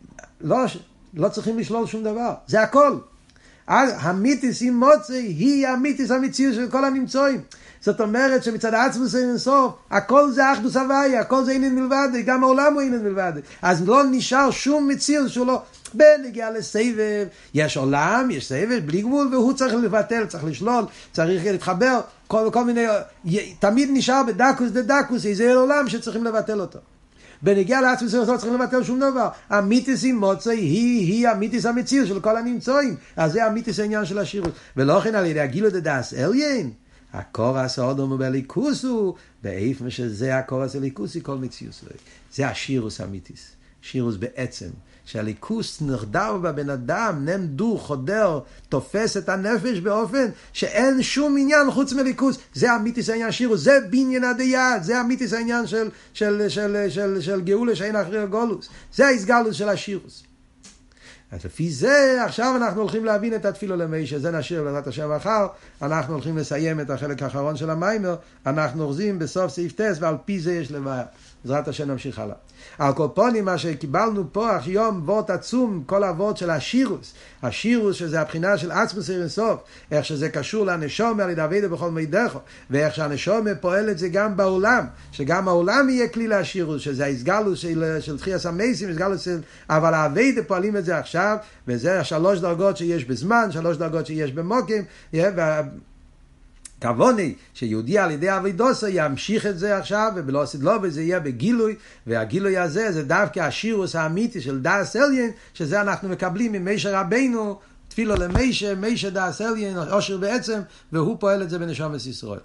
לא צריכים לשלול שום דבר, זה הכל. המיתיס אימוצי, היא המיתיס המציאות של כל הנמצואים. זאת אומרת שמצד העצמוס אין סוף, הכל זה אחדוס הוויה, הכל זה אינן מלבד, גם העולם הוא אינן מלבד. אז לא נשאר שום מציאות שהוא לא, בנגיע לסבב, יש עולם, יש סבב, בלי גבול, והוא צריך לבטל, צריך לשלול, צריך להתחבר, כל מיני, תמיד נשאר בדקוס דדקוס, איזה עולם שצריכים לבטל אותו. בנגיע לעצמוס אין סוף צריכים לבטל שום דבר. המיתיס אימוצי היא המיתיס המציאות של כל הנמצואים. אז זה המיתיס העניין של השירות. ולא כן על ידי הגילו דדס אליין. הקורס האודום הוא בליכוס הוא, באיפן שזה הקורס הליכוסי כל מציאוס. זה השירוס אמיתיס, שירוס בעצם, שהליכוס נרדר בבן אדם, נמדו, חודר, תופס את הנפש באופן שאין שום עניין חוץ מליכוס. זה אמיתיס העניין שירוס, זה בניין הדייד, זה אמיתיס העניין של גאולה שאין אחרי הגולוס. זה ההסגלוס של השירוס. אז לפי זה, עכשיו אנחנו הולכים להבין את התפילו למשה, זה נשאיר לעזרת השם אחר, אנחנו הולכים לסיים את החלק האחרון של המיימר, אנחנו אוחזים בסוף סעיף טס, ועל פי זה יש לבעיה. בעזרת השם נמשיך הלאה. על כל פונים, מה שקיבלנו פה היום, וורט עצום, כל הוורט של השירוס, השירוס שזה הבחינה של עצמוס אין סוף, איך שזה קשור לנשום על ידי עבודה בכל מידך, ואיך שהנשום פועל את זה גם בעולם, שגם העולם יהיה כלי לשירוס, שזה ההסגלוס של תחיית המסים, אבל העבודה פועלים את זה עכשיו, וזה 3 דרגות שיש בזמן, 3 דרגות שיש במוקים, כווני שיהודי על ידי אבידוסו ימשיך את זה עכשיו, ובלא עשית לו, וזה יהיה בגילוי, והגילוי הזה זה דווקא השירוס האמיתי של דאס אליין, שזה אנחנו מקבלים ממשה רבינו, תפילו למשה, משה דאס אליין, אושר בעצם, והוא פועל את זה בנשמת ישראל.